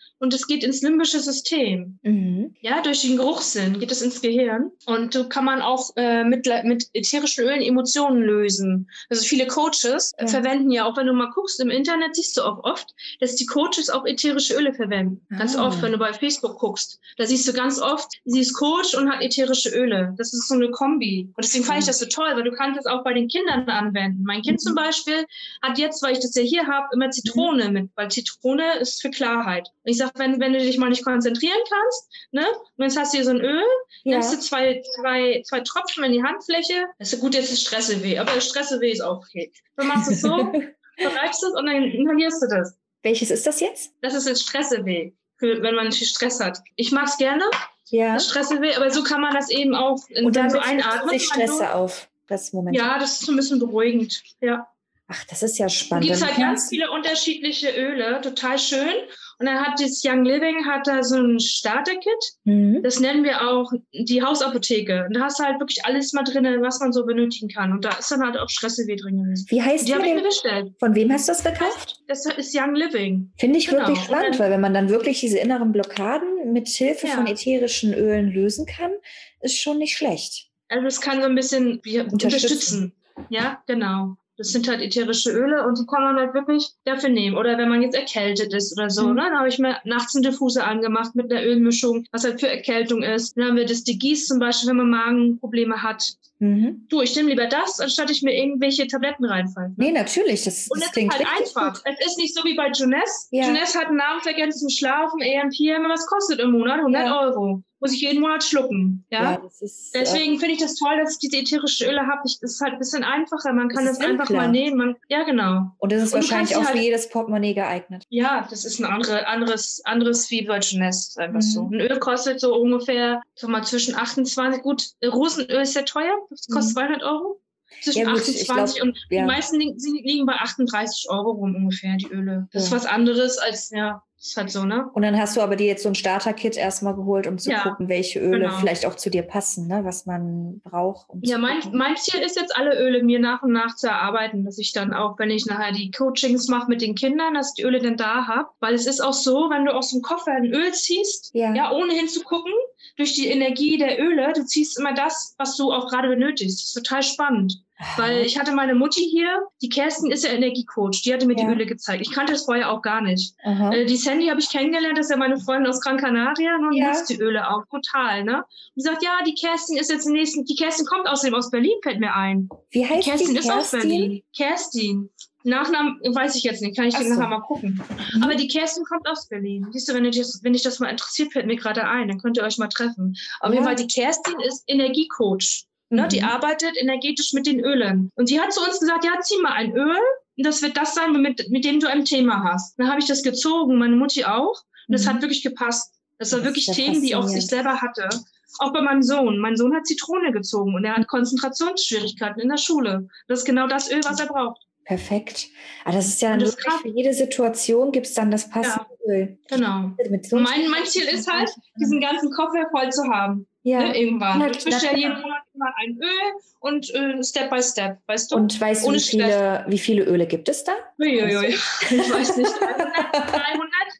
und es geht ins limbische System. Mhm. Ja, durch den Geruchssinn geht es ins Gehirn und so kann man auch äh, mit, mit ätherischen Ölen Emotionen lösen. Also viele Coaches Ja. verwenden ja auch, wenn du mal guckst im Internet, siehst du auch oft, dass die Coaches auch ätherische Öle verwenden. Ah. Ganz oft, wenn du bei Facebook guckst. Da siehst du ganz oft, sie ist Coach und hat ätherische Öle. Das ist so eine Kombi. Und deswegen fand ich das so toll, weil du kannst es auch bei den Kindern anwenden. Mein Kind mhm. zum Beispiel hat jetzt, weil ich das ja hier habe, immer Zitrone mhm. mit, weil Zitrone ist für Klarheit. Und ich sage, wenn, wenn du dich mal nicht konzentrieren kannst, ne, und jetzt hast du hier so ein Öl, ja. nimmst du zwei, zwei, zwei Tropfen in die Handfläche. Das ist gut, jetzt ist Stresseweh, aber Stresseweh ist auch okay. Dann machst du es so, verreibst es und dann inhalierst du das. Welches ist das jetzt? Das ist jetzt Stresseweh, für, wenn man viel Stress hat. Ich mag es gerne, ja. das Stresseweh, aber so kann man das eben auch in und dann so einatmen. Ich stresse auf das Moment. Ja, das ist so ein bisschen beruhigend, ja. Ach, das ist ja spannend. Da gibt es halt ganz viele unterschiedliche Öle, total schön. Und dann hat das Young Living hat da so ein Starter-Kit. Mhm. Das nennen wir auch die Hausapotheke. Und da hast du halt wirklich alles mal drin, was man so benötigen kann. Und da ist dann halt auch Stresseweh drin gewesen. Wie heißt die? Die habe ich mir bestellt. Von wem hast du das gekauft? Das ist Young Living. Finde ich genau. wirklich spannend, dann, weil wenn man dann wirklich diese inneren Blockaden mit Hilfe ja. von ätherischen Ölen lösen kann, ist schon nicht schlecht. Also es kann so ein bisschen wie, unterstützen. unterstützen. Ja, genau. Das sind halt ätherische Öle und die kann man halt wirklich dafür nehmen. Oder wenn man jetzt erkältet ist oder so, mhm. ne? Dann habe ich mir nachts einen Diffuser angemacht mit einer Ölmischung, was halt für Erkältung ist. Dann haben wir das Digis zum Beispiel, wenn man Magenprobleme hat. Mhm. Du, ich nehme lieber das, anstatt ich mir irgendwelche Tabletten reinfallen. Nee, natürlich. Das, und das es ist halt einfach. Gut. Es ist nicht so wie bei Jeunesse. Ja. Jeunesse hat einen nahrungsergänzenden Schlafen, E M P M, was kostet im Monat? hundert ja. Euro. Muss ich jeden Monat schlucken. Ja? ja das ist, Deswegen äh, finde ich das toll, dass ich diese ätherischen Öle habe. Das ist halt ein bisschen einfacher. Man kann das, das einfach mal nehmen. Man, ja, genau. Und das ist und wahrscheinlich auch halt, für jedes Portemonnaie geeignet. Ja, das ist ein andere, anderes, anderes wie bei Jeunesse. Einfach mhm. so. Ein Öl kostet so ungefähr sag mal, zwischen achtundzwanzig, gut, Rosenöl ist sehr teuer. Das kostet mhm. zweihundert Euro. Zwischen ja, gut, achtundzwanzig glaub, und ja. die meisten liegen, liegen bei achtunddreißig Euro rum ungefähr, die Öle. Das ja. ist was anderes als, ja, ist halt so, ne? Und dann hast du aber dir jetzt so ein Starter-Kit erstmal geholt, um zu ja, gucken, welche Öle genau. vielleicht auch zu dir passen, ne? Was man braucht. Um ja, mein, mein Ziel ist jetzt, alle Öle mir nach und nach zu erarbeiten, dass ich dann auch, wenn ich nachher die Coachings mache mit den Kindern, dass ich die Öle dann da habe. Weil es ist auch so, wenn du aus dem Koffer ein Öl ziehst, ja, ja ohne hinzugucken, durch die Energie der Öle, du ziehst immer das, was du auch gerade benötigst. Das ist total spannend. Weil ich hatte meine Mutti hier, die Kerstin ist ja Energiecoach, die hatte mir ja. die Öle gezeigt. Ich kannte das vorher auch gar nicht. Äh, die Sandy habe ich kennengelernt, das ist ja meine Freundin aus Gran Canaria und ja. nutzt die Öle auch total. Ne? Und die sagt, ja, die Kerstin ist jetzt im nächsten, die Kerstin kommt außerdem aus Berlin, fällt mir ein. Wie heißt die Kerstin? Die Kerstin ist aus Berlin. Kerstin. Nachnamen weiß ich jetzt nicht, kann ich dir so. nachher mal gucken. Mhm. Aber die Kerstin kommt aus Berlin. Siehst du, wenn, ihr das, wenn dich das mal interessiert, fällt mir gerade ein, dann könnt ihr euch mal treffen. Auf ja. jeden Fall, die Kerstin ist Energiecoach. Ne, mhm. Die arbeitet energetisch mit den Ölen. Und sie hat zu uns gesagt, ja, zieh mal ein Öl und das wird das sein, mit, mit dem du ein Thema hast. Dann habe ich das gezogen, meine Mutti auch. Und mhm. das hat wirklich gepasst. Das war wirklich Themen, die auch sich selber hatte. Auch bei meinem Sohn. Mein Sohn hat Zitrone gezogen und er hat Konzentrationsschwierigkeiten in der Schule. Das ist genau das Öl, was er braucht. Perfekt. Aber das ist ja wirklich für jede Situation gibt es dann das passende ja, Öl. Genau. So mein, mein Ziel ist halt, diesen ganzen Koffer voll zu haben. Ja. Ne, irgendwann. Ich bestelle jeden Monat mal ein Öl und äh, Step by Step, weißt du? Und weißt du, wie viele, wie viele Öle gibt es da? Uiuiui. Ich weiß nicht. dreihundert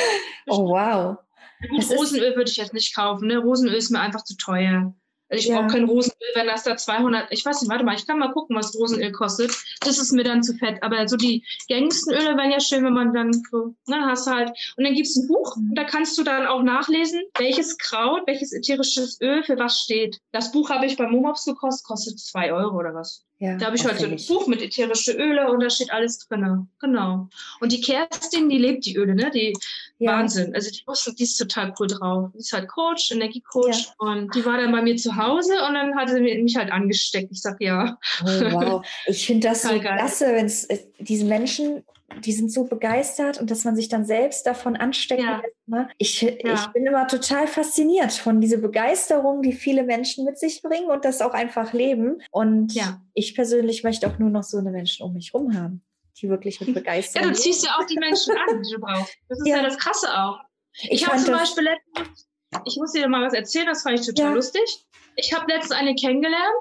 Oh, wow. Gut, Rosenöl würde ich jetzt nicht kaufen. Ne? Rosenöl ist mir einfach zu teuer. Ich ja. brauche kein Rosenöl, wenn das da zweihundert, ich weiß nicht, warte mal, ich kann mal gucken, was Rosenöl kostet. Das ist mir dann zu fett. Aber so die gängigsten Öle wären ja schön, wenn man dann so, ne, hast du halt. Und dann gibt es ein Buch und da kannst du dann auch nachlesen, welches Kraut, welches ätherisches Öl für was steht. Das Buch habe ich bei Momops gekostet, kostet zwei Euro oder was. Ja, da habe ich heute so ein Buch mit ätherische Öle und da steht alles drin. Genau. Und die Kerstin, die lebt die Öle, ne? Die ja. Wahnsinn. Also die, die ist total cool drauf. Die ist halt Coach, Energiecoach ja. und die war dann bei mir zu Hause und dann hatte sie mich halt angesteckt. Ich sag ja. Oh, wow. Ich finde das so klasse, wenn es diese Menschen, die sind so begeistert und dass man sich dann selbst davon anstecken ja. lässt. Ne? Ich, ja. ich bin immer total fasziniert von dieser Begeisterung, die viele Menschen mit sich bringen und das auch einfach leben. Und ja. ich persönlich möchte auch nur noch so eine Menschen um mich rum haben, die wirklich mit Begeisterung. Ja, du ziehst ja auch die Menschen an, die du brauchst. Das ist ja, ja das Krasse auch. Ich, ich habe zum Beispiel letztens, ich muss dir mal was erzählen, das fand ich total ja. lustig. Ich habe letztens eine kennengelernt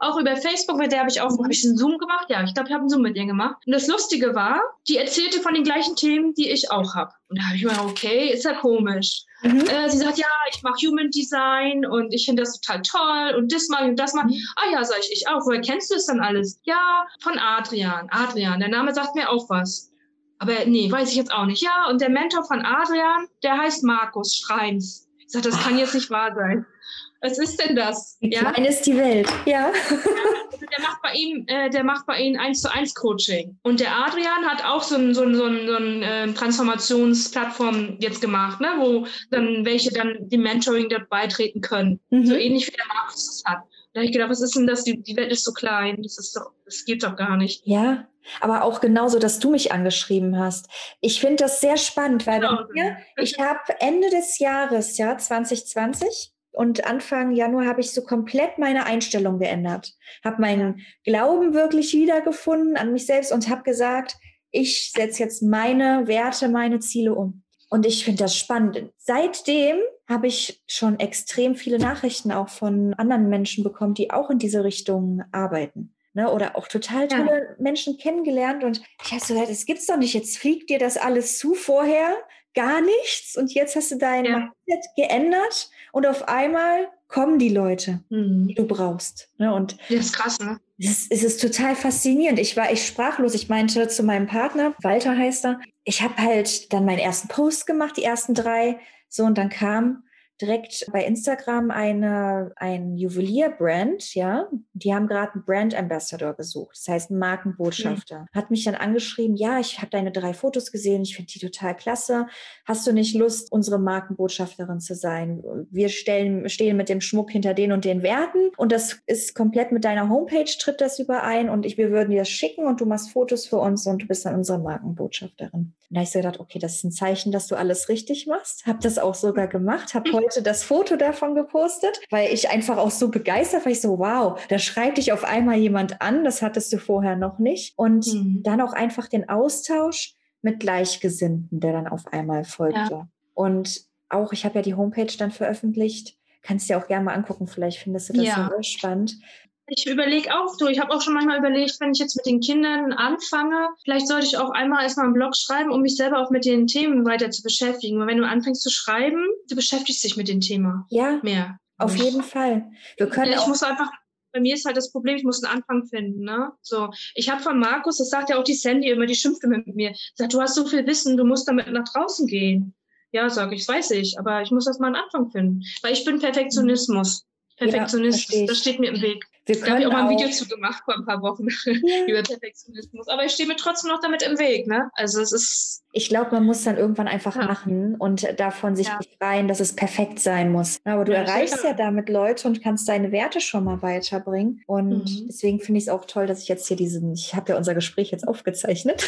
auch über Facebook, mit der habe ich auch, habe ich einen Zoom gemacht? Ja, ich glaube, ich habe einen Zoom mit ihr gemacht. Und das Lustige war, die erzählte von den gleichen Themen, die ich auch habe. Und da habe ich mir gedacht, okay, ist ja komisch. Mhm. Äh, sie sagt, ja, ich mache Human Design und ich finde das total toll und das mache ich und das mache ich. Mhm. Ah ja, sag ich, ich auch. Woher kennst du das dann alles? Ja, von Adrian. Adrian, der Name sagt mir auch was. Aber nee, weiß ich jetzt auch nicht. Ja, und der Mentor von Adrian, der heißt Markus Schreins. Ich sage, das kann jetzt nicht wahr sein. Was ist denn das? Wie ja? klein ist die Welt, ja. ja der macht bei ihm, äh, der macht bei ihm eins zu eins Coaching. Und der Adrian hat auch so ein, so ein, so ein, so ein äh, Transformationsplattform jetzt gemacht, ne, wo dann welche dann dem Mentoring dort beitreten können. Mhm. So ähnlich wie der Markus das hat. Da habe ich gedacht, was ist denn das? Die, die Welt ist so klein. Das ist doch, das geht doch gar nicht. Ja, aber auch genauso, dass du mich angeschrieben hast. Ich finde das sehr spannend, weil genau. bei mir, ich habe Ende des Jahres, ja, zwanzig zwanzig, und Anfang Januar habe ich so komplett meine Einstellung geändert. Habe meinen Glauben wirklich wiedergefunden an mich selbst und habe gesagt, ich setze jetzt meine Werte, meine Ziele um. Und ich finde das spannend. Seitdem habe ich schon extrem viele Nachrichten auch von anderen Menschen bekommen, die auch in diese Richtung arbeiten. Ne, oder auch total tolle ja. Menschen kennengelernt. Und ich habe so gedacht, das gibt's doch nicht. Jetzt fliegt dir das alles zu vorher, gar nichts. Und jetzt hast du dein ja. Mindset geändert und auf einmal kommen die Leute, mhm. die du brauchst. Ne, und das ist krass, ne? Es ist, es ist total faszinierend. Ich war echt sprachlos. Ich meinte zu meinem Partner, Walter heißt er, ich habe halt dann meinen ersten Post gemacht, die ersten drei. So, und dann kam direkt bei Instagram eine, ein Juwelierbrand, ja, die haben gerade einen Brand Ambassador gesucht, das heißt einen Markenbotschafter. Mhm. Hat mich dann angeschrieben, ja, ich habe deine drei Fotos gesehen, ich finde die total klasse. Hast du nicht Lust, unsere Markenbotschafterin zu sein? Wir stellen, stehen mit dem Schmuck hinter den und den Werten und das ist komplett mit deiner Homepage, tritt das überein und ich, wir würden dir das schicken und du machst Fotos für uns und du bist dann unsere Markenbotschafterin. Und da habe ich so gedacht, okay, das ist ein Zeichen, dass du alles richtig machst. Habe das auch sogar gemacht, habe heute das Foto davon gepostet, weil ich einfach auch so begeistert war. Ich so, wow, da schreibt dich auf einmal jemand an, das hattest du vorher noch nicht. Und mhm. dann auch einfach den Austausch mit Gleichgesinnten, der dann auf einmal folgte. Ja. Und auch, ich habe ja die Homepage dann veröffentlicht, kannst dir auch gerne mal angucken, vielleicht findest du das ja sehr spannend. Ich überlege auch, du, ich habe auch schon manchmal überlegt, wenn ich jetzt mit den Kindern anfange, vielleicht sollte ich auch einmal erstmal einen Blog schreiben, um mich selber auch mit den Themen weiter zu beschäftigen. Weil wenn du anfängst zu schreiben, du beschäftigst dich mit dem Thema ja, mehr. Auf jeden Fall. Wir können ich auch muss einfach, bei mir ist halt das Problem, ich muss einen Anfang finden. Ne? So, ich habe von Markus, das sagt ja auch die Sandy immer, die schimpft immer mit mir, sagt, du hast so viel Wissen, du musst damit nach draußen gehen. Ja, sage ich, das weiß ich, aber ich muss erst mal einen Anfang finden. Weil ich bin Perfektionismus. Perfektionismus, ja, das steht mir im Weg. Wir da habe ich auch mal ein Video zu gemacht vor ein paar Wochen ja. über Perfektionismus. Aber ich stehe mir trotzdem noch damit im Weg. Ne? Also es ist. Ich glaube, man muss dann irgendwann einfach ja. machen und davon sich ja. befreien, dass es perfekt sein muss. Aber du ja, erreichst sicher. ja damit Leute und kannst deine Werte schon mal weiterbringen. Und mhm. deswegen finde ich es auch toll, dass ich jetzt hier diesen, ich habe ja unser Gespräch jetzt aufgezeichnet.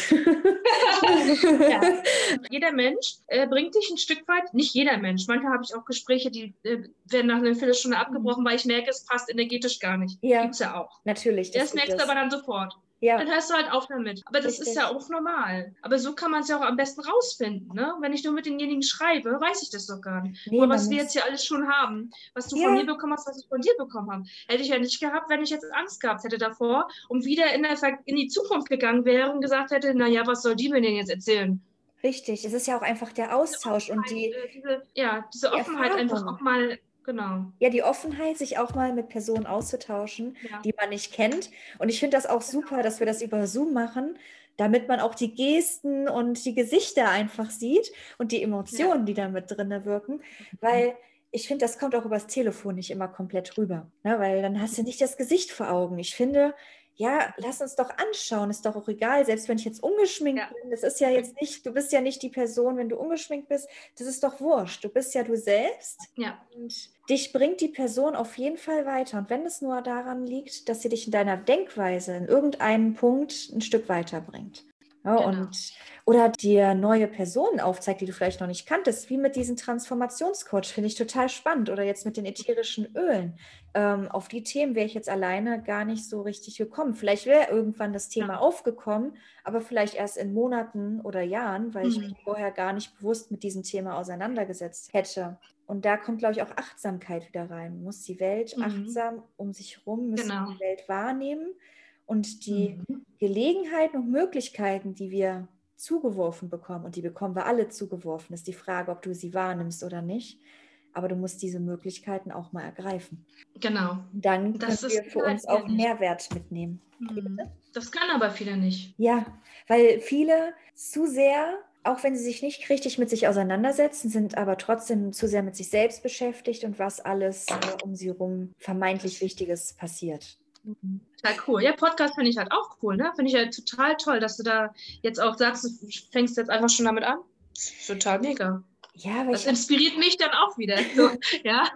ja. Jeder Mensch äh, bringt dich ein Stück weit, nicht jeder Mensch. Manchmal habe ich auch Gespräche, die äh, werden nach einer Viertelstunde abgebrochen, weil ich merke, es passt energetisch gar nicht. Ja. Gibt's ja auch. Natürlich. Das, das merkst du aber dann sofort. Ja. Dann hörst du halt auf damit. Aber das Richtig. ist ja auch normal. Aber so kann man es ja auch am besten rausfinden. Ne? Wenn ich nur mit denjenigen schreibe, weiß ich das doch gar nicht. Nee, aber was wir jetzt hier alles schon haben, was du ja. von mir bekommen hast, was ich von dir bekommen habe, hätte ich ja nicht gehabt, wenn ich jetzt Angst gehabt hätte davor und wieder in, der, in die Zukunft gegangen wäre und gesagt hätte, naja, was soll die mir denn jetzt erzählen? Richtig, es ist ja auch einfach der Austausch und die... Diese, ja, diese die Offenheit Erfahrung. Einfach auch mal... Genau. Ja, die Offenheit, sich auch mal mit Personen auszutauschen, ja. die man nicht kennt. Und ich finde das auch super, dass wir das über Zoom machen, damit man auch die Gesten und die Gesichter einfach sieht und die Emotionen, ja. die da mit drin wirken. Weil ich finde, das kommt auch übers Telefon nicht immer komplett rüber. Ne? Weil dann hast du nicht das Gesicht vor Augen. Ich finde... Ja, lass uns doch anschauen, ist doch auch egal, selbst wenn ich jetzt ungeschminkt ja. bin, das ist ja jetzt nicht, du bist ja nicht die Person, wenn du ungeschminkt bist, das ist doch wurscht, du bist ja du selbst ja. und dich bringt die Person auf jeden Fall weiter und wenn es nur daran liegt, dass sie dich in deiner Denkweise in irgendeinem Punkt ein Stück weiterbringt. Ja, Genau. und, oder dir neue Personen aufzeigt, die du vielleicht noch nicht kanntest, wie mit diesem Transformationscoach, finde ich total spannend. Oder jetzt mit den ätherischen Ölen. Ähm, auf die Themen wäre ich jetzt alleine gar nicht so richtig gekommen. Vielleicht wäre irgendwann das Thema Ja. aufgekommen, aber vielleicht erst in Monaten oder Jahren, weil ich mich Mhm. vorher gar nicht bewusst mit diesem Thema auseinandergesetzt hätte. Und da kommt, glaube ich, auch Achtsamkeit wieder rein. Man muss die Welt Mhm. achtsam um sich herum, müssen Genau. die Welt wahrnehmen und die Mhm. Gelegenheiten und Möglichkeiten, die wir zugeworfen bekommen, und die bekommen wir alle zugeworfen, ist die Frage, ob du sie wahrnimmst oder nicht. Aber du musst diese Möglichkeiten auch mal ergreifen. Genau. Dann können Das ist wir für uns auch nicht. Mehrwert mitnehmen. Mhm. Das können aber viele nicht. Ja, weil viele zu sehr, auch wenn sie sich nicht richtig mit sich auseinandersetzen, sind aber trotzdem zu sehr mit sich selbst beschäftigt und was alles äh, um sie herum vermeintlich Wichtiges passiert. Mhm. Total cool. Ja, Podcast finde ich halt auch cool, ne? Finde ich ja total toll, dass du da jetzt auch sagst, du fängst jetzt einfach schon damit an. Total mega. Ja, weil Das ich hab, inspiriert mich dann auch wieder. So, ja,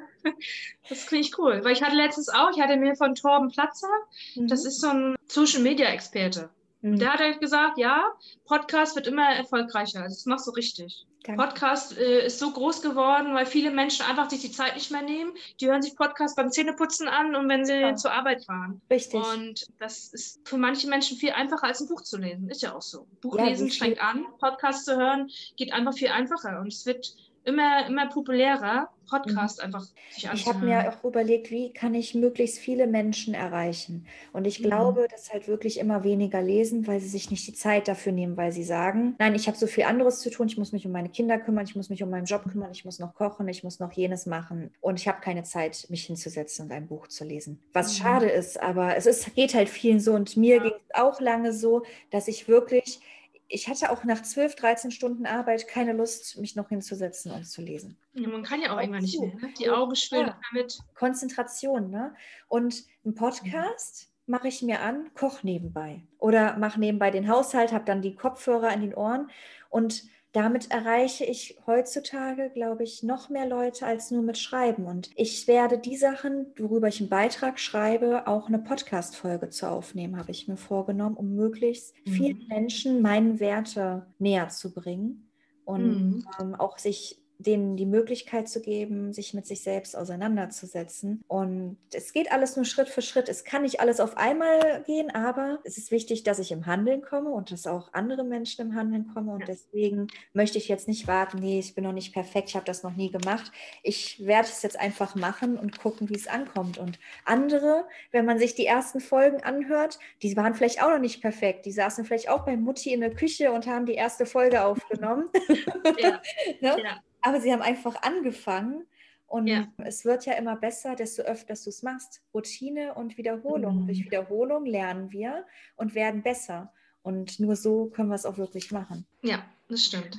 das finde ich cool. Weil ich hatte letztens auch, ich hatte mir von Torben Platzer, das mhm. ist so ein Social Media Experte. Und Mhm. der hat halt gesagt, ja, Podcast wird immer erfolgreicher. Also das machst du richtig. Danke. Podcast äh, ist so groß geworden, weil viele Menschen einfach sich die Zeit nicht mehr nehmen. Die hören sich Podcast beim Zähneputzen an und wenn sie Ja. zur Arbeit fahren. Richtig. Und das ist für manche Menschen viel einfacher als ein Buch zu lesen. Ist ja auch so. Buch Ja, lesen wie viel, strengt an, Podcast zu hören geht einfach viel einfacher. Und es wird immer, immer populärer, Podcast einfach sich ich habe mir anzuhören. auch überlegt, wie kann ich möglichst viele Menschen erreichen? Und ich Mhm. glaube, dass halt wirklich immer weniger lesen, weil sie sich nicht die Zeit dafür nehmen, weil sie sagen, nein, ich habe so viel anderes zu tun, ich muss mich um meine Kinder kümmern, ich muss mich um meinen Job kümmern, ich muss noch kochen, ich muss noch jenes machen und ich habe keine Zeit, mich hinzusetzen und ein Buch zu lesen. Was Mhm. schade ist, aber es ist, geht halt vielen so und mir Ja. ging es auch lange so, dass ich wirklich, ich hatte auch nach zwölf, dreizehn Stunden Arbeit keine Lust, mich noch hinzusetzen und zu lesen. Ja, man kann ja auch irgendwann nicht mehr. Ne? Die So, Augen schwillen ja, damit. Konzentration, ne? Und ein Podcast mache ich mir an, koche nebenbei oder mache nebenbei den Haushalt, habe dann die Kopfhörer in den Ohren und damit erreiche ich heutzutage, glaube ich, noch mehr Leute als nur mit Schreiben. Und ich werde die Sachen, worüber ich einen Beitrag schreibe, auch eine Podcast-Folge zu aufnehmen, habe ich mir vorgenommen, um möglichst vielen Mhm. Menschen meine Werte näher zu bringen und Mhm. ähm, auch sich denen die Möglichkeit zu geben, sich mit sich selbst auseinanderzusetzen. Und es geht alles nur Schritt für Schritt. Es kann nicht alles auf einmal gehen, aber es ist wichtig, dass ich im Handeln komme und dass auch andere Menschen im Handeln kommen. Und Ja. deswegen möchte ich jetzt nicht warten, nee, ich bin noch nicht perfekt, ich habe das noch nie gemacht. Ich werde es jetzt einfach machen und gucken, wie es ankommt. Und andere, wenn man sich die ersten Folgen anhört, die waren vielleicht auch noch nicht perfekt. Die saßen vielleicht auch bei Mutti in der Küche und haben die erste Folge aufgenommen. Ja. Ne? Ja. Aber sie haben einfach angefangen und Ja. es wird ja immer besser, desto öfter du es machst. Routine und Wiederholung. Mhm. Durch Wiederholung lernen wir und werden besser. Und nur so können wir es auch wirklich machen. Ja, das stimmt.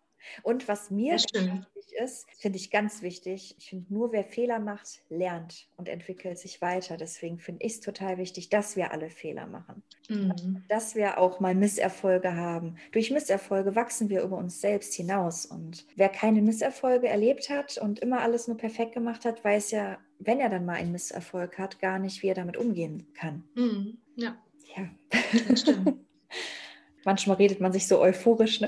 Und was mir Das stimmt. wichtig ist, finde ich ganz wichtig, ich finde, nur wer Fehler macht, lernt und entwickelt sich weiter. Deswegen finde ich es total wichtig, dass wir alle Fehler machen. Mhm. Dass wir auch mal Misserfolge haben. Durch Misserfolge wachsen wir über uns selbst hinaus. Und wer keine Misserfolge erlebt hat und immer alles nur perfekt gemacht hat, weiß ja, wenn er dann mal einen Misserfolg hat, gar nicht, wie er damit umgehen kann. Mhm. Ja, Ja. das stimmt. Manchmal redet man sich so euphorisch, ne?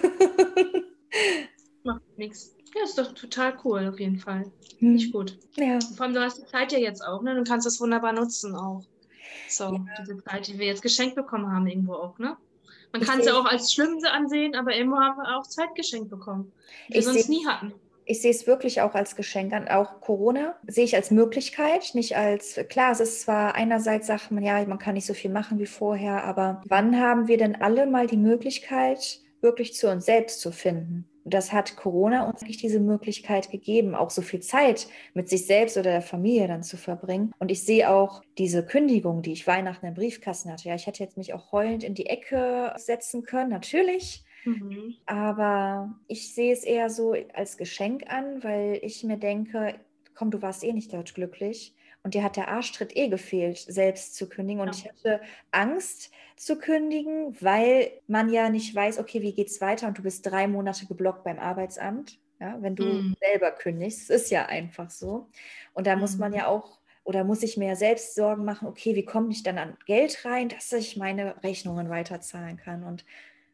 Macht nichts. Ja, ist doch total cool, auf jeden Fall. Hm. Nicht gut. Ja. Vor allem, du hast die Zeit ja jetzt auch, ne? Du kannst das wunderbar nutzen auch. So, Ja. diese Zeit, die wir jetzt geschenkt bekommen haben, irgendwo auch, ne? Man Ich kann es ja sehe auch als Schlimmste ansehen, aber irgendwo haben wir auch Zeit geschenkt bekommen, die wir ich sonst sehe nie hatten. Ich sehe es wirklich auch als Geschenk an. Auch Corona sehe ich als Möglichkeit, nicht als, klar, es ist zwar einerseits, sagt man, ja, man kann nicht so viel machen wie vorher, aber wann haben wir denn alle mal die Möglichkeit, wirklich zu uns selbst zu finden? Und das hat Corona uns eigentlich diese Möglichkeit gegeben, auch so viel Zeit mit sich selbst oder der Familie dann zu verbringen. Und ich sehe auch diese Kündigung, die ich Weihnachten im Briefkasten hatte. Ja, ich hätte jetzt mich auch heulend in die Ecke setzen können, natürlich. Mhm. Aber ich sehe es eher so als Geschenk an, weil ich mir denke, komm, du warst eh nicht dort glücklich und dir hat der Arschtritt eh gefehlt, selbst zu kündigen. Und Ja. ich hatte Angst zu kündigen, weil man ja nicht weiß, okay, wie geht's weiter? Und du bist drei Monate geblockt beim Arbeitsamt, ja, wenn du Mhm. selber kündigst. Es ist ja einfach so. Und da muss man Mhm. ja auch, oder muss ich mir ja selbst Sorgen machen, okay, wie komme ich dann an Geld rein, dass ich meine Rechnungen weiterzahlen kann? Und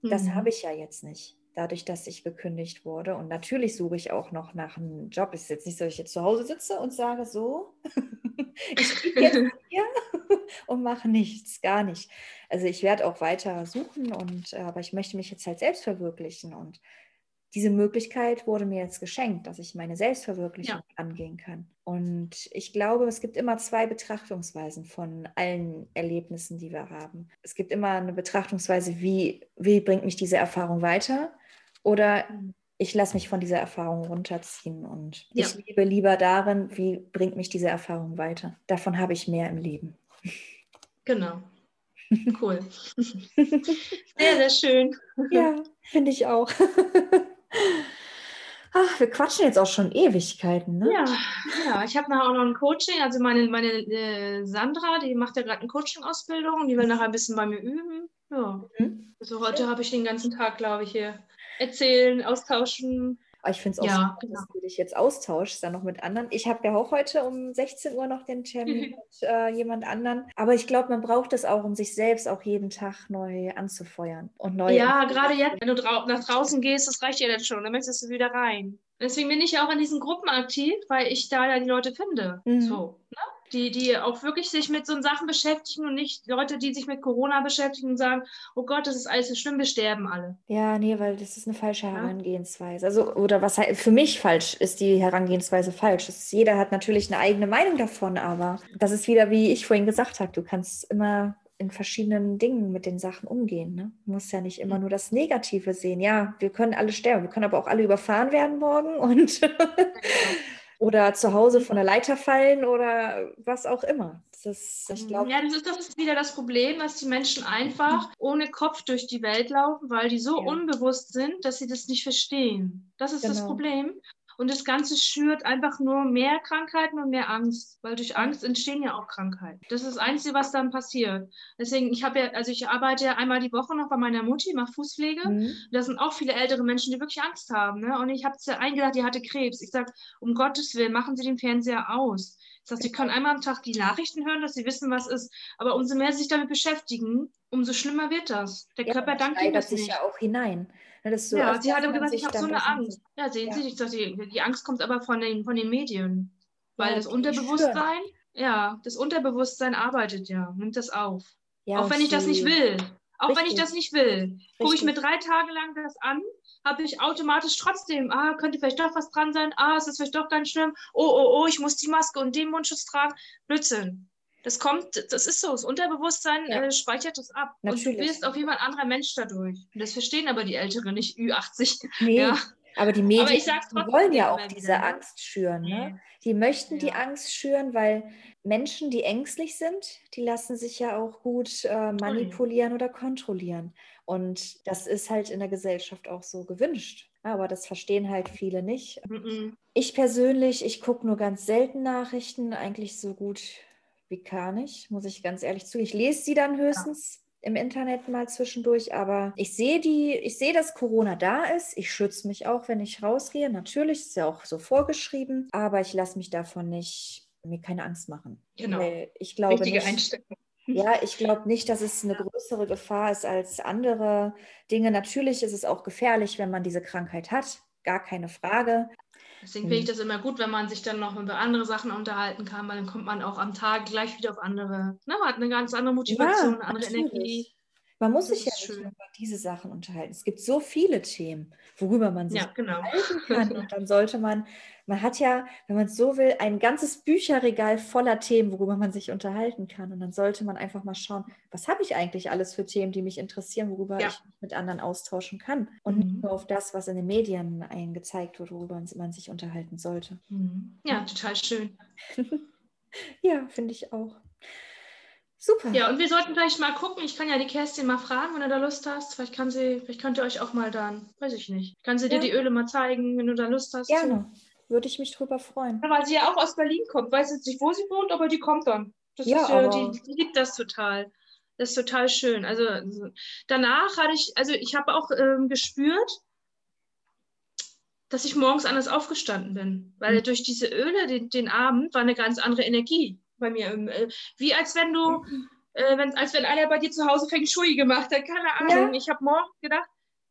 Das Mhm. habe ich ja jetzt nicht, dadurch, dass ich gekündigt wurde. Und natürlich suche ich auch noch nach einem Job. Es ist jetzt nicht so, dass ich jetzt zu Hause sitze und sage so, ich liege jetzt hier und mache nichts, gar nicht. Also ich werde auch weiter suchen, und, äh, aber ich möchte mich jetzt halt selbst verwirklichen. Und diese Möglichkeit wurde mir jetzt geschenkt, dass ich meine Selbstverwirklichung Ja. angehen kann. Und ich glaube, es gibt immer zwei Betrachtungsweisen von allen Erlebnissen, die wir haben. Es gibt immer eine Betrachtungsweise, wie, wie bringt mich diese Erfahrung weiter? Oder Mhm. ich lasse mich von dieser Erfahrung runterziehen. Und Ja. ich lebe lieber darin, wie bringt mich diese Erfahrung weiter. Davon habe ich mehr im Leben. Genau. Cool. Sehr, sehr schön. Ja, finde ich auch. Ach, wir quatschen jetzt auch schon Ewigkeiten, ne? Ja, ja, ich habe nachher auch noch ein Coaching. Also meine, meine äh, Sandra, die macht ja gerade eine Coaching-Ausbildung und die will nachher ein bisschen bei mir üben. Ja, Mhm. also heute habe ich den ganzen Tag, glaube ich, hier erzählen, austauschen. Aber ich finde es auch super, Ja, genau. dass du dich jetzt austauschst, dann noch mit anderen. Ich habe ja auch heute um sechzehn Uhr noch den Termin mit äh, jemand anderen. Aber ich glaube, man braucht es auch, um sich selbst auch jeden Tag neu anzufeuern und neue Ja, gerade Impulse. jetzt, wenn du drau nach draußen gehst, das reicht ja dann schon, dann möchtest du wieder rein. Deswegen bin ich ja auch in diesen Gruppen aktiv, weil ich da ja die Leute finde. Mhm. So, ne? Die, die auch wirklich sich mit so Sachen beschäftigen und nicht Leute, die sich mit Corona beschäftigen und sagen, oh Gott, das ist alles so schlimm, wir sterben alle. Ja, nee, weil das ist eine falsche Ne? Herangehensweise. Also, oder was halt für mich falsch ist, die Herangehensweise falsch. Das ist, jeder hat natürlich eine eigene Meinung davon, aber das ist wieder, wie ich vorhin gesagt habe, du kannst immer in verschiedenen Dingen mit den Sachen umgehen. Ne? Du musst ja nicht immer nur das Negative sehen. Ja, wir können alle sterben, wir können aber auch alle überfahren werden morgen und Ja, genau. oder zu Hause von der Leiter fallen oder was auch immer. Das ist, ich Mhm. glaube, Ja, das ist, das ist wieder das Problem, dass die Menschen einfach ohne Kopf durch die Welt laufen, weil die so ja, unbewusst sind, dass sie das nicht verstehen. Das ist das genau. Problem. Und das Ganze schürt einfach nur mehr Krankheiten und mehr Angst, weil durch Ja. Angst entstehen ja auch Krankheiten. Das ist das Einzige, was dann passiert. Deswegen, ich habe ja, also ich arbeite ja einmal die Woche noch bei meiner Mutti, mache Fußpflege. Mhm. Da sind auch viele ältere Menschen, die wirklich Angst haben. Ne? Und ich habe sie eingedacht, die hatte Krebs. Ich sage, um Gottes Willen, machen Sie den Fernseher aus. Das heißt, Sie können einmal am Tag die Nachrichten hören, dass Sie wissen, was ist. Aber umso mehr Sie sich damit beschäftigen, umso schlimmer wird das. Der Ja, Körper man dankt Ihnen steigert das sich ja nicht. auch hinein. Ne, desto Ja, sie öfter hat aber man gesagt, ich sich habe so damit eine Angst. auseinandersetzt. Ja, sehen Ja, Sie, ich sag, die, die Angst kommt aber von den, von den Medien. Weil ja, das die schüren. Unterbewusstsein, ja, das Unterbewusstsein arbeitet ja, nimmt das auf. Ja, Auch und wenn ich das nicht sie, will. Auch wenn ich das richtig, nicht will. Gucke ich mir richtig. drei Tage lang das an, habe ich automatisch trotzdem, ah, könnte vielleicht doch was dran sein, ah, es ist vielleicht doch ganz schlimm, oh, oh, oh, ich muss die Maske und den Mundschutz tragen. Blödsinn. Das kommt, das ist so, das Unterbewusstsein Ja, äh, speichert das ab. Und du natürlich. wirst auf jeden Fall ein anderer Mensch dadurch. Und das verstehen aber die Älteren nicht, Ü achtzig. Ja. Nee, aber die Aber Medien, ich sag's die trotzdem wollen ja denen auch immer wieder, diese ne? Angst schüren, ne? Nee. Die möchten die Ja. Angst schüren, weil Menschen, die ängstlich sind, die lassen sich ja auch gut äh, Kontrollieren. manipulieren oder kontrollieren. Und das ist halt in der Gesellschaft auch so gewünscht. Aber das verstehen halt viele nicht. Mhm. Ich persönlich, ich gucke nur ganz selten Nachrichten, eigentlich so gut wie gar nicht, muss ich ganz ehrlich zugeben. Ich lese sie dann Ja. höchstens im Internet mal zwischendurch, aber ich sehe die, ich sehe, dass Corona da ist. Ich schütze mich auch, wenn ich rausgehe. Natürlich ist ja auch so vorgeschrieben, aber ich lasse mich davon nicht, mir keine Angst machen. Genau. Weil ich glaube Richtige nicht, Einstellung. ja, ich glaube nicht, dass es eine größere Gefahr ist als andere Dinge. Natürlich ist es auch gefährlich, wenn man diese Krankheit hat. Gar keine Frage. Deswegen finde ich Hm. das immer gut, wenn man sich dann noch über andere Sachen unterhalten kann, weil dann kommt man auch am Tag gleich wieder auf andere, ne, hat eine ganz andere Motivation, Ja, eine andere Energie. natürlich. Man muss Das sich ja ist nicht nur schön. über diese Sachen unterhalten. Es gibt so viele Themen, worüber man sich Ja, genau. unterhalten kann. Und dann sollte man, man hat ja, wenn man es so will, ein ganzes Bücherregal voller Themen, worüber man sich unterhalten kann. Und dann sollte man einfach mal schauen, was habe ich eigentlich alles für Themen, die mich interessieren, worüber Ja. ich mich mit anderen austauschen kann. Und nicht Mhm. nur auf das, was in den Medien eingezeigt wird, worüber man sich unterhalten sollte. Mhm. Ja, total schön. Ja, finde ich auch. Super. Ja, und wir sollten vielleicht mal gucken. Ich kann ja die Kerstin mal fragen, wenn du da Lust hast. Vielleicht kann sie, vielleicht könnt ihr euch auch mal dann, weiß ich nicht. Kann sie dir Ja, die Öle mal zeigen, wenn du da Lust hast zu. gerne. Würde ich mich drüber freuen. Ja, weil sie ja auch aus Berlin kommt. Weiß jetzt nicht, wo sie wohnt, aber die kommt dann. Das Ja, ist ja, die, aber die liebt das total. Das ist total schön. Also also danach hatte ich, also ich habe auch ähm, gespürt, dass ich morgens anders aufgestanden bin. Weil durch diese Öle, den, den Abend, war eine ganz andere Energie bei mir. Im, äh, wie als wenn du, äh, wenn, als wenn einer bei dir zu Hause Feng Shui gemacht hat. Keine ja, Ahnung. Ich habe morgens gedacht,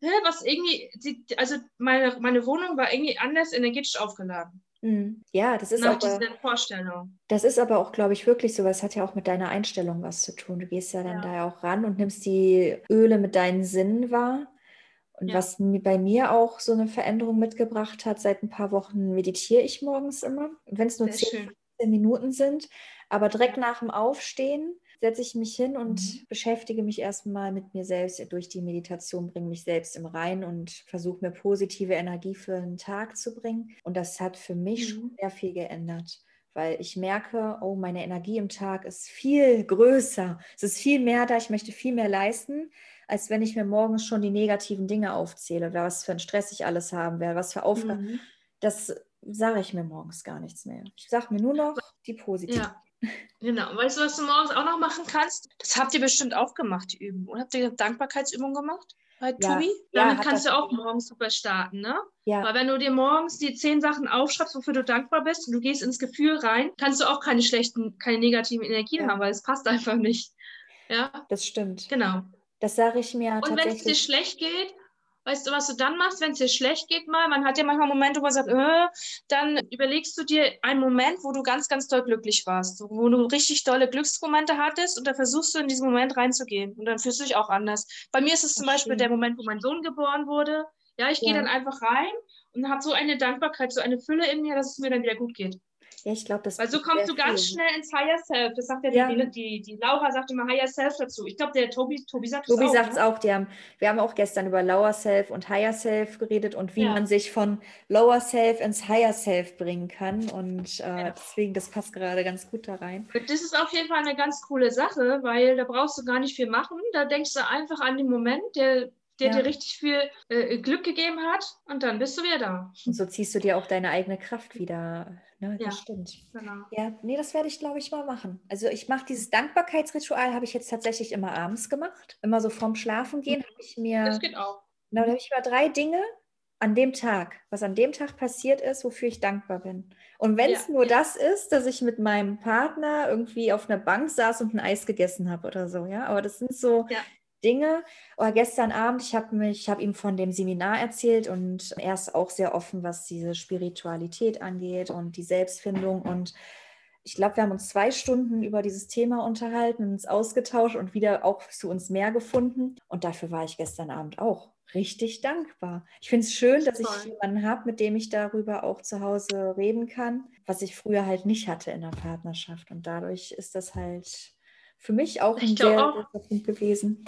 hä, was irgendwie, die, also meine, meine Wohnung war irgendwie anders energetisch aufgeladen. Mhm. Ja, das ist Nach aber, dieser Vorstellung. das ist aber auch, glaube ich, wirklich so, weil es hat ja auch mit deiner Einstellung was zu tun. Du gehst ja dann Ja, da ja auch ran und nimmst die Öle mit deinen Sinnen wahr. Und ja, was mi- bei mir auch so eine Veränderung mitgebracht hat, seit ein paar Wochen meditiere ich morgens immer. Und wenn es nur sehr zehn, schön. fünfzehn Minuten sind, aber direkt Ja. nach dem Aufstehen setze ich mich hin und Mhm. beschäftige mich erstmal mit mir selbst durch die Meditation, bringe mich selbst im Rein und versuche mir positive Energie für den Tag zu bringen. Und das hat für mich schon Mhm. sehr viel geändert, weil ich merke, oh, meine Energie im Tag ist viel größer. Es ist viel mehr da, ich möchte viel mehr leisten, als wenn ich mir morgens schon die negativen Dinge aufzähle, was für einen Stress ich alles haben werde, was für Aufgaben. Mhm. Das sage ich mir morgens gar nichts mehr. Ich sage mir nur noch die positiven. Ja, genau. Weißt du, was du morgens auch noch machen kannst? Das habt ihr bestimmt auch gemacht, die Übung. Oder habt ihr Dankbarkeitsübung gemacht bei Ja, Tobi? ja, Damit hat kannst das. du auch morgens super starten, ne? Ja, Weil wenn du dir morgens die zehn Sachen aufschreibst, wofür du dankbar bist und du gehst ins Gefühl rein, kannst du auch keine schlechten, keine negativen Energien ja, haben, weil es passt einfach nicht. Ja, das stimmt. genau. Das sage ich mir Und wenn es dir tatsächlich. schlecht geht, weißt du, was du dann machst, wenn es dir schlecht geht mal? Man hat ja manchmal Momente, wo man sagt, äh, dann überlegst du dir einen Moment, wo du ganz, ganz doll glücklich warst, wo du richtig tolle Glücksmomente hattest und da versuchst du in diesen Moment reinzugehen und dann fühlst du dich auch anders. Bei mir ist es Ach, zum Beispiel der schön. Moment, wo mein Sohn geboren wurde. Ja, ich gehe dann Ja. einfach rein und habe so eine Dankbarkeit, so eine Fülle in mir, dass es mir dann wieder gut geht. Ja, ich glaube, das Weil so bringt kommst sehr du ganz viel. schnell ins Higher Self. Das sagt ja die, Ja, die, die, die Laura sagt immer Higher Self dazu. Ich glaube, der Tobi, Tobi sagt es Tobi auch, sagt es ne? auch, die haben, wir haben auch gestern über Lower Self und Higher Self geredet und wie man Ja. sich von Lower Self ins Higher Self bringen kann. Und äh, Ja. deswegen, das passt gerade ganz gut da rein. Das ist auf jeden Fall eine ganz coole Sache, weil da brauchst du gar nicht viel machen. Da denkst du einfach an den Moment, der, der dir Ja. richtig viel äh, Glück gegeben hat und dann bist du wieder da. Und so ziehst du dir auch deine eigene Kraft wieder. Ne, das Ja, stimmt. genau. Ja, nee, das werde ich, glaube ich, mal machen. Also ich mache dieses Dankbarkeitsritual, habe ich jetzt tatsächlich immer abends gemacht. Immer so vorm Schlafengehen habe ich Das mir, geht auch. genau, da habe ich mir drei Dinge an dem Tag, was an dem Tag passiert ist, wofür ich dankbar bin. Und wenn Ja, es nur ja, das ist, dass ich mit meinem Partner irgendwie auf einer Bank saß und ein Eis gegessen habe oder so, ja. Aber das sind so ja. Dinge. Oder gestern Abend, ich habe mich, ich habe ihm von dem Seminar erzählt und er ist auch sehr offen, was diese Spiritualität angeht und die Selbstfindung. Und ich glaube, wir haben uns zwei Stunden über dieses Thema unterhalten, uns ausgetauscht und wieder auch zu uns mehr gefunden. Und dafür war ich gestern Abend auch richtig dankbar. Ich finde es schön, Das dass ist ich toll. jemanden habe, mit dem ich darüber auch zu Hause reden kann, was ich früher halt nicht hatte in der Partnerschaft. Und dadurch ist das halt für mich auch Ich ein glaube sehr auch, großer Punkt gewesen.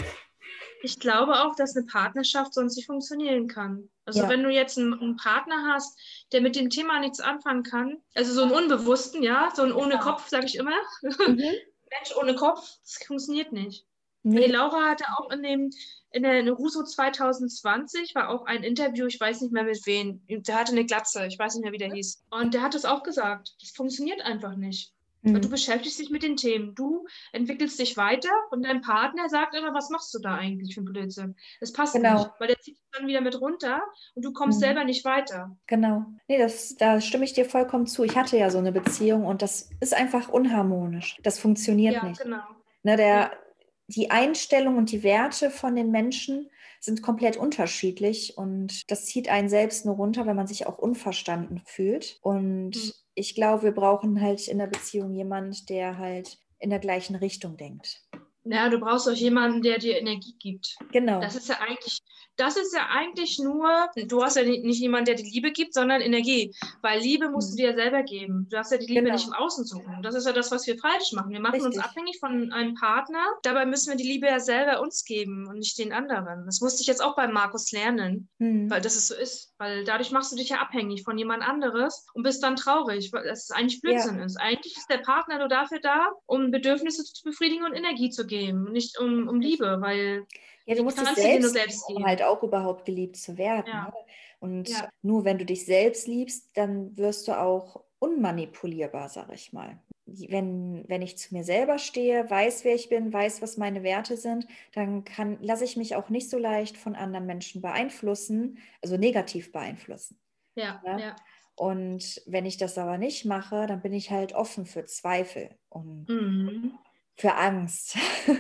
ich glaube auch, dass eine Partnerschaft sonst nicht funktionieren kann. Also Ja. wenn du jetzt einen, einen Partner hast, der mit dem Thema nichts anfangen kann, also so einen Unbewussten, ja, so einen ohne Genau. Kopf, sage ich immer, Mhm. Mensch ohne Kopf, das funktioniert nicht. Und die Nee, Laura hatte auch in dem, in der in der Russo zwanzig zwanzig war auch ein Interview, ich weiß nicht mehr mit wem, der hatte eine Glatze, ich weiß nicht mehr, wie der hieß. Und der hat es auch gesagt, das funktioniert einfach nicht. Weil du mhm. beschäftigst dich mit den Themen, du entwickelst dich weiter und dein Partner sagt immer, was machst du da eigentlich für ein Blödsinn? Das passt nicht, Genau. weil der zieht dich dann wieder mit runter und du kommst Mhm. selber nicht weiter. Genau. Nee, das, da stimme ich dir vollkommen zu. Ich hatte ja so eine Beziehung und das ist einfach unharmonisch. Das funktioniert Ja, nicht. genau. Ne, der, Ja, die Einstellung und die Werte von den Menschen sind komplett unterschiedlich und das zieht einen selbst nur runter, wenn man sich auch unverstanden fühlt. hm. Und ich glaube, wir brauchen halt in der Beziehung jemand, der halt in der gleichen Richtung denkt. Ja, du brauchst auch jemanden, der dir Energie gibt. Genau. Das ist ja eigentlich, das ist ja eigentlich nur, du hast ja nicht, nicht jemanden, der dir Liebe gibt, sondern Energie. Weil Liebe musst du Mhm. dir ja selber geben. Du darfst ja die Liebe nicht im Genau. Außen suchen. Das ist ja das, was wir falsch machen. Wir machen uns Richtig. abhängig von einem Partner. Dabei müssen wir die Liebe ja selber uns geben und nicht den anderen. Das musste ich jetzt auch bei Markus lernen, weil Mhm. das es so ist. Weil dadurch machst du dich ja abhängig von jemand anderes und bist dann traurig, weil es eigentlich Ja. Blödsinn ist. Eigentlich ist der Partner nur dafür da, um Bedürfnisse zu befriedigen und Energie zu geben, nicht um, um Liebe, weil Ja, du die musst dich kannst du dir nur selbst selbst um halt geben. auch überhaupt geliebt zu werden. Ne? Ja, Und ja, nur wenn du dich selbst liebst, dann wirst du auch unmanipulierbar, sag ich mal. Wenn, wenn ich zu mir selber stehe, weiß, wer ich bin, weiß, was meine Werte sind, dann kann, lasse ich mich auch nicht so leicht von anderen Menschen beeinflussen, also negativ beeinflussen. ja, Ne? ja. Und wenn ich das aber nicht mache, dann bin ich halt offen für Zweifel. Und Mhm. Für Angst.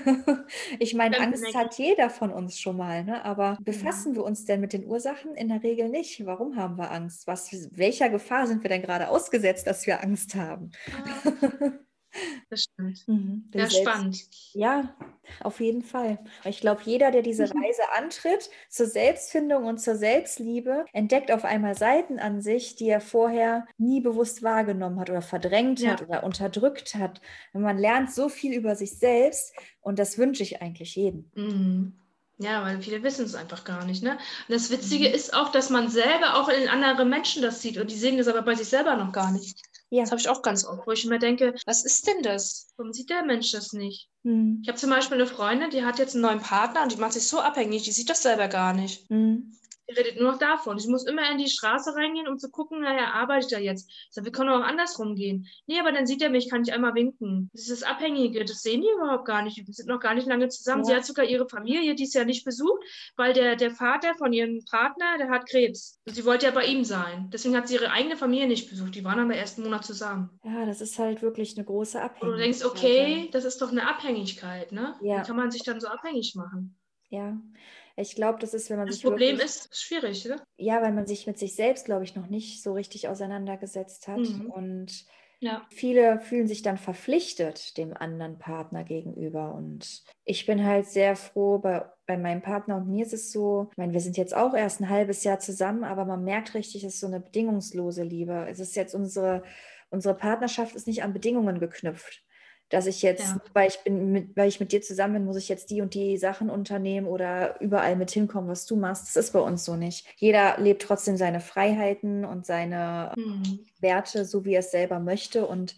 Ich meine, Ganz Angst negativ. hat jeder von uns schon mal, ne? Aber Mhm. befassen wir uns denn mit den Ursachen? In der Regel nicht. Warum haben wir Angst? Was, welcher Gefahr sind wir denn gerade ausgesetzt, dass wir Angst haben? Ah, das stimmt. Mhm. Du Ja, selbst. spannend. Ja, auf jeden Fall. Ich glaube, jeder, der diese Reise antritt zur Selbstfindung und zur Selbstliebe, entdeckt auf einmal Seiten an sich, die er vorher nie bewusst wahrgenommen hat oder verdrängt hat Ja. oder unterdrückt hat. Und man lernt so viel über sich selbst und das wünsche ich eigentlich jedem. Mhm. Ja, weil viele wissen es einfach gar nicht, ne? Und das Witzige Mhm. ist auch, dass man selber auch in anderen Menschen das sieht und die sehen das aber bei sich selber noch gar nicht. Das Ja. habe ich auch ganz oft, wo ich immer denke, was ist denn das? Warum sieht der Mensch das nicht? Ich Mhm. habe zum Beispiel eine Freundin, die hat jetzt einen neuen Partner und die macht sich so abhängig, die sieht das selber gar nicht. Mhm. Die redet nur noch davon. Ich muss immer in die Straße reingehen, um zu gucken, naja, arbeitet er jetzt? Ich sag, wir können auch andersrum gehen. Nee, aber dann sieht er mich, kann ich einmal winken. Das ist das Abhängige, das sehen die überhaupt gar nicht. Die sind noch gar nicht lange zusammen. Sie Ja. hat sogar ihre Familie dieses Jahr nicht besucht, weil der, der Vater von ihrem Partner, der hat Krebs. Und sie wollte ja bei ihm sein. Deswegen hat sie ihre eigene Familie nicht besucht. Die waren aber erst einen Monat zusammen. Ja, das ist halt wirklich eine große Wo du denkst, Abhängigkeit okay, dann. das ist doch eine Abhängigkeit, ne? Wie Ja, kann man sich dann so abhängig machen? ja. Ich glaube, das ist, wenn man Das sich Problem wirklich, ist, schwierig, ne? ja, weil man sich mit sich selbst, glaube ich, noch nicht so richtig auseinandergesetzt hat. Mhm. Und Ja. viele fühlen sich dann verpflichtet dem anderen Partner gegenüber. Und ich bin halt sehr froh, bei, bei meinem Partner und mir ist es so, ich meine, wir sind jetzt auch erst ein halbes Jahr zusammen, aber man merkt richtig, es ist so eine bedingungslose Liebe. Es ist jetzt unsere, unsere Partnerschaft ist nicht an Bedingungen geknüpft. Dass ich jetzt, Ja. weil ich bin mit, weil ich mit dir zusammen bin, muss ich jetzt die und die Sachen unternehmen oder überall mit hinkommen, was du machst. Das ist bei uns so nicht. Jeder lebt trotzdem seine Freiheiten und seine Mhm. Werte, so wie er es selber möchte. Und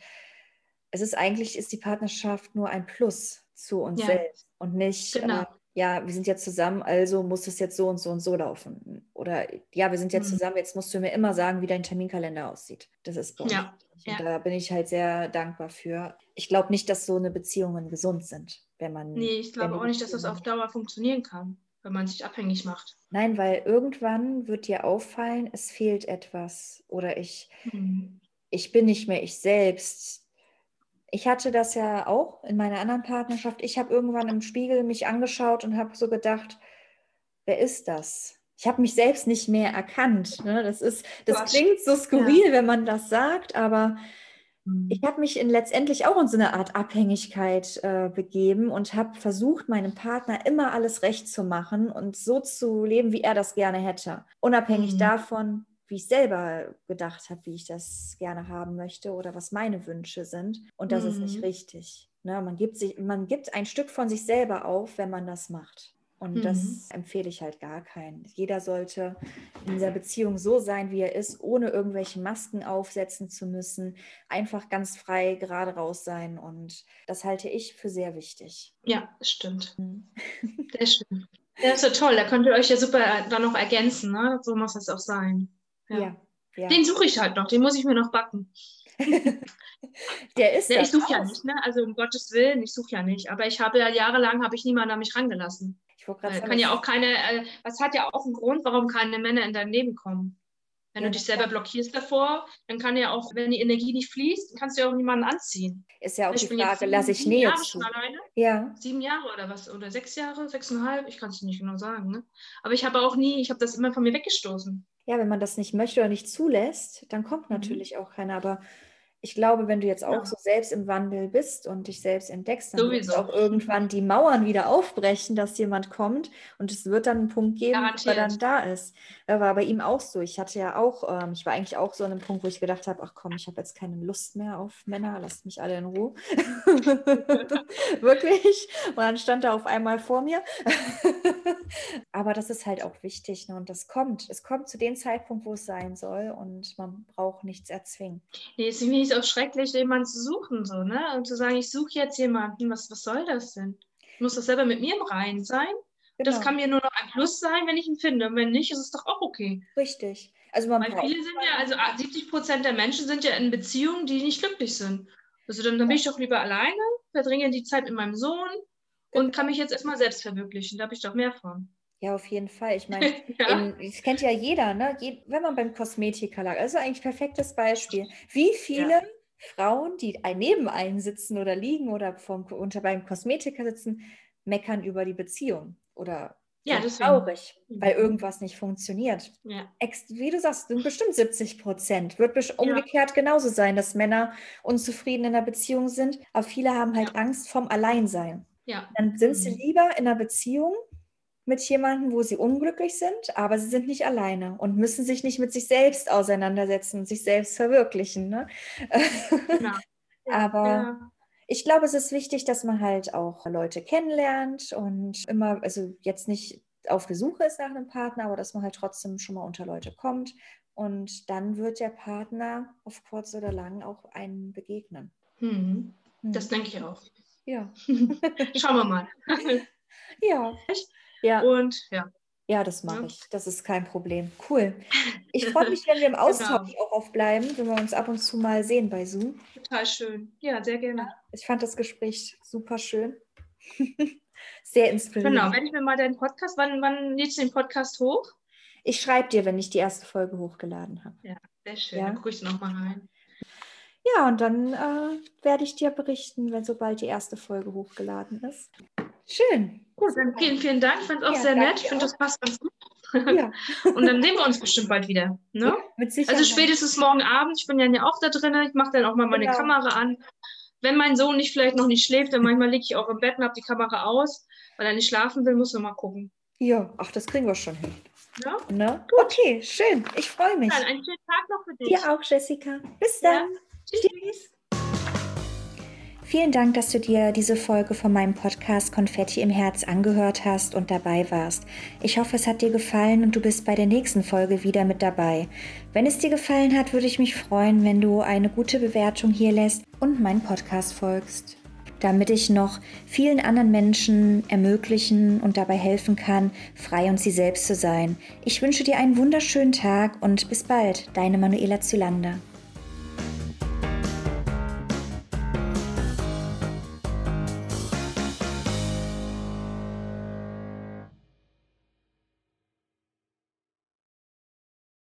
es ist eigentlich, ist die Partnerschaft nur ein Plus zu uns Ja, selbst und nicht, genau. äh, ja, wir sind jetzt zusammen, also muss es jetzt so und so und so laufen. Oder ja, wir sind jetzt Mhm. zusammen, jetzt musst du mir immer sagen, wie dein Terminkalender aussieht. Das ist bei uns Ja, nicht. Und ja. da bin ich halt sehr dankbar für. Ich glaube nicht, dass so eine Beziehungen gesund sind, wenn man, Nee, ich wenn glaube die auch nicht, dass das Beziehungen auf nicht. Dauer funktionieren kann, wenn man sich abhängig macht. Nein, weil irgendwann wird dir auffallen, es fehlt etwas oder ich, Mhm. ich bin nicht mehr ich selbst. Ich hatte das ja auch in meiner anderen Partnerschaft. Ich habe irgendwann im Spiegel mich angeschaut und habe so gedacht, wer ist das? Ich habe mich selbst nicht mehr erkannt. Ne? Das ist, das Gott. klingt so Ja. skurril, wenn man das sagt, aber ich Mhm. habe mich in letztendlich auch in so eine Art Abhängigkeit äh, begeben und habe versucht, meinem Partner immer alles recht zu machen und so zu leben, wie er das gerne hätte. Unabhängig Mhm. davon, wie ich selber gedacht habe, wie ich das gerne haben möchte oder was meine Wünsche sind. Und das ist nicht Mhm. richtig. Ne? Man gibt sich, man gibt ein Stück von sich selber auf, wenn man das macht. Und Mhm. das empfehle ich halt gar keinen. Jeder sollte in dieser Beziehung so sein, wie er ist, ohne irgendwelche Masken aufsetzen zu müssen. Einfach ganz frei, gerade raus sein. Und das halte ich für sehr wichtig. Ja, das stimmt. Mhm. Sehr schön. Ja, das ist ja toll. Da könnt ihr euch ja super dann noch ergänzen, ne? So muss es auch sein. Ja. Ja, ja. Den suche ich halt noch, den muss ich mir noch backen. Der ist Ja, das ich suche ja auch. nicht, ne? Also um Gottes Willen, ich suche ja nicht. Aber ich habe ja jahrelang habe ich niemanden an mich rangelassen. Ich wollte gerade Weil sagen, kann ja auch das, keine, äh, das hat ja auch einen Grund, warum keine Männer in dein Leben kommen. Wenn ja, du na dich selber klar. blockierst davor, dann kann ja auch, wenn die Energie nicht fließt, kannst du ja auch niemanden anziehen. Ist ja auch die Ich bin jetzt Frage, lasse sieben, ich sieben Nähe Jahre schon zu? alleine. Ja. Sieben Jahre oder was? Oder sechs Jahre, sechseinhalb, ich kann es nicht genau sagen. Ne? Aber ich habe auch nie, ich habe das immer von mir weggestoßen. Ja, wenn man das nicht möchte oder nicht zulässt, dann kommt Mhm. natürlich auch keiner. Aber ich glaube, wenn du jetzt auch Genau. so selbst im Wandel bist und dich selbst entdeckst, dann wird es Sowieso. auch irgendwann die Mauern wieder aufbrechen, dass jemand kommt und es wird dann einen Punkt geben, wo er Garantiert. dann da ist. Das war bei ihm auch so. Ich hatte ja auch, ähm, ich war eigentlich auch so an einem Punkt, wo ich gedacht habe, ach komm, ich habe jetzt keine Lust mehr auf Männer, lasst mich alle in Ruhe. Wirklich. Und dann stand er auf einmal vor mir. Aber das ist halt auch wichtig, ne? Und das kommt. Es kommt zu dem Zeitpunkt, wo es sein soll und man braucht nichts erzwingen. Nee, es finde ich auch schrecklich, jemanden zu suchen, so, ne? Und zu sagen, ich suche jetzt jemanden, was, was soll das denn? Ich muss doch selber mit mir im Reinen sein. Und das Genau, kann mir nur noch ein Plus sein, wenn ich ihn finde. Und wenn nicht, ist es doch auch okay. richtig. Also man Weil braucht viele sind ja, jemanden. also ah, siebzig Prozent der Menschen sind ja in Beziehungen, die nicht glücklich sind. Also dann, dann bin ich doch lieber alleine, verbringe die Zeit mit meinem Sohn und kann Genau. mich jetzt erstmal selbst verwirklichen. Da habe ich doch mehr von. Ja, auf jeden Fall. Ich meine, Ja, in, das kennt ja jeder, ne? Je, wenn man beim Kosmetiker lag, also eigentlich perfektes Beispiel. Wie ja. viele Frauen, die ein- neben einem sitzen oder liegen oder vom, unter beim Kosmetiker sitzen, meckern über die Beziehung oder Ja, sind deswegen. traurig, weil Mhm. irgendwas nicht funktioniert. Ja. Ex wie du sagst, sind bestimmt siebzig Prozent. Wird besch- Ja. umgekehrt genauso sein, dass Männer unzufrieden in einer Beziehung sind, aber viele haben halt Ja. Angst vom Alleinsein. Ja. Dann sind sie Mhm. lieber in einer Beziehung mit jemandem, wo sie unglücklich sind, aber sie sind nicht alleine und müssen sich nicht mit sich selbst auseinandersetzen und sich selbst verwirklichen. Ne? Genau. Ja. Aber Ja. ich glaube, es ist wichtig, dass man halt auch Leute kennenlernt und immer, also jetzt nicht auf der Suche ist nach einem Partner, aber dass man halt trotzdem schon mal unter Leute kommt und dann wird der Partner auf kurz oder lang auch einem begegnen. Mhm. Hm. Das denke ich auch. Ja. Schauen wir mal. Ja. Ja. Und ja. Ja, das mache Ja. ich. Das ist kein Problem. Cool. Ich freue mich, wenn wir im Austausch Genau. auch aufbleiben, wenn wir uns ab und zu mal sehen bei Zoom. Total schön. Ja, sehr gerne. Ich fand das Gespräch super schön. Sehr inspirierend. Genau, werde ich mir mal deinen Podcast, wann, wann lädst du den Podcast hoch? Ich schreibe dir, wenn ich die erste Folge hochgeladen habe. Ja, sehr schön. Ja? Dann gucke ich noch mal rein. Ja, und dann äh, werde ich dir berichten, wenn sobald die erste Folge hochgeladen ist. Schön. Gut, dann vielen, vielen Dank. Ich fand es auch Ja, sehr danke nett. Ich finde, auch. das passt ganz gut. Ja. Und dann sehen wir uns bestimmt bald wieder. Ne? Ja, mit Sicherheit. Also spätestens morgen Abend. Ich bin ja auch da drin. Ich mache dann auch mal meine Genau. Kamera an. Wenn mein Sohn nicht vielleicht noch nicht schläft, dann manchmal liege ich auch im Bett und habe die Kamera aus, weil er nicht schlafen will, muss man mal gucken. Ja, ach, das kriegen wir schon hin. Ja? Ne? Okay, schön. Ich freue mich. Dann einen schönen Tag noch für dich. Dir auch, Jessica. Bis Ja. dann. Tschüss. Vielen Dank, dass du dir diese Folge von meinem Podcast Konfetti im Herz angehört hast und dabei warst. Ich hoffe, es hat dir gefallen und du bist bei der nächsten Folge wieder mit dabei. Wenn es dir gefallen hat, würde ich mich freuen, wenn du eine gute Bewertung hier lässt und meinen Podcast folgst, damit ich noch vielen anderen Menschen ermöglichen und dabei helfen kann, frei und sie selbst zu sein. Ich wünsche dir einen wunderschönen Tag und bis bald, deine Manuela Zylander.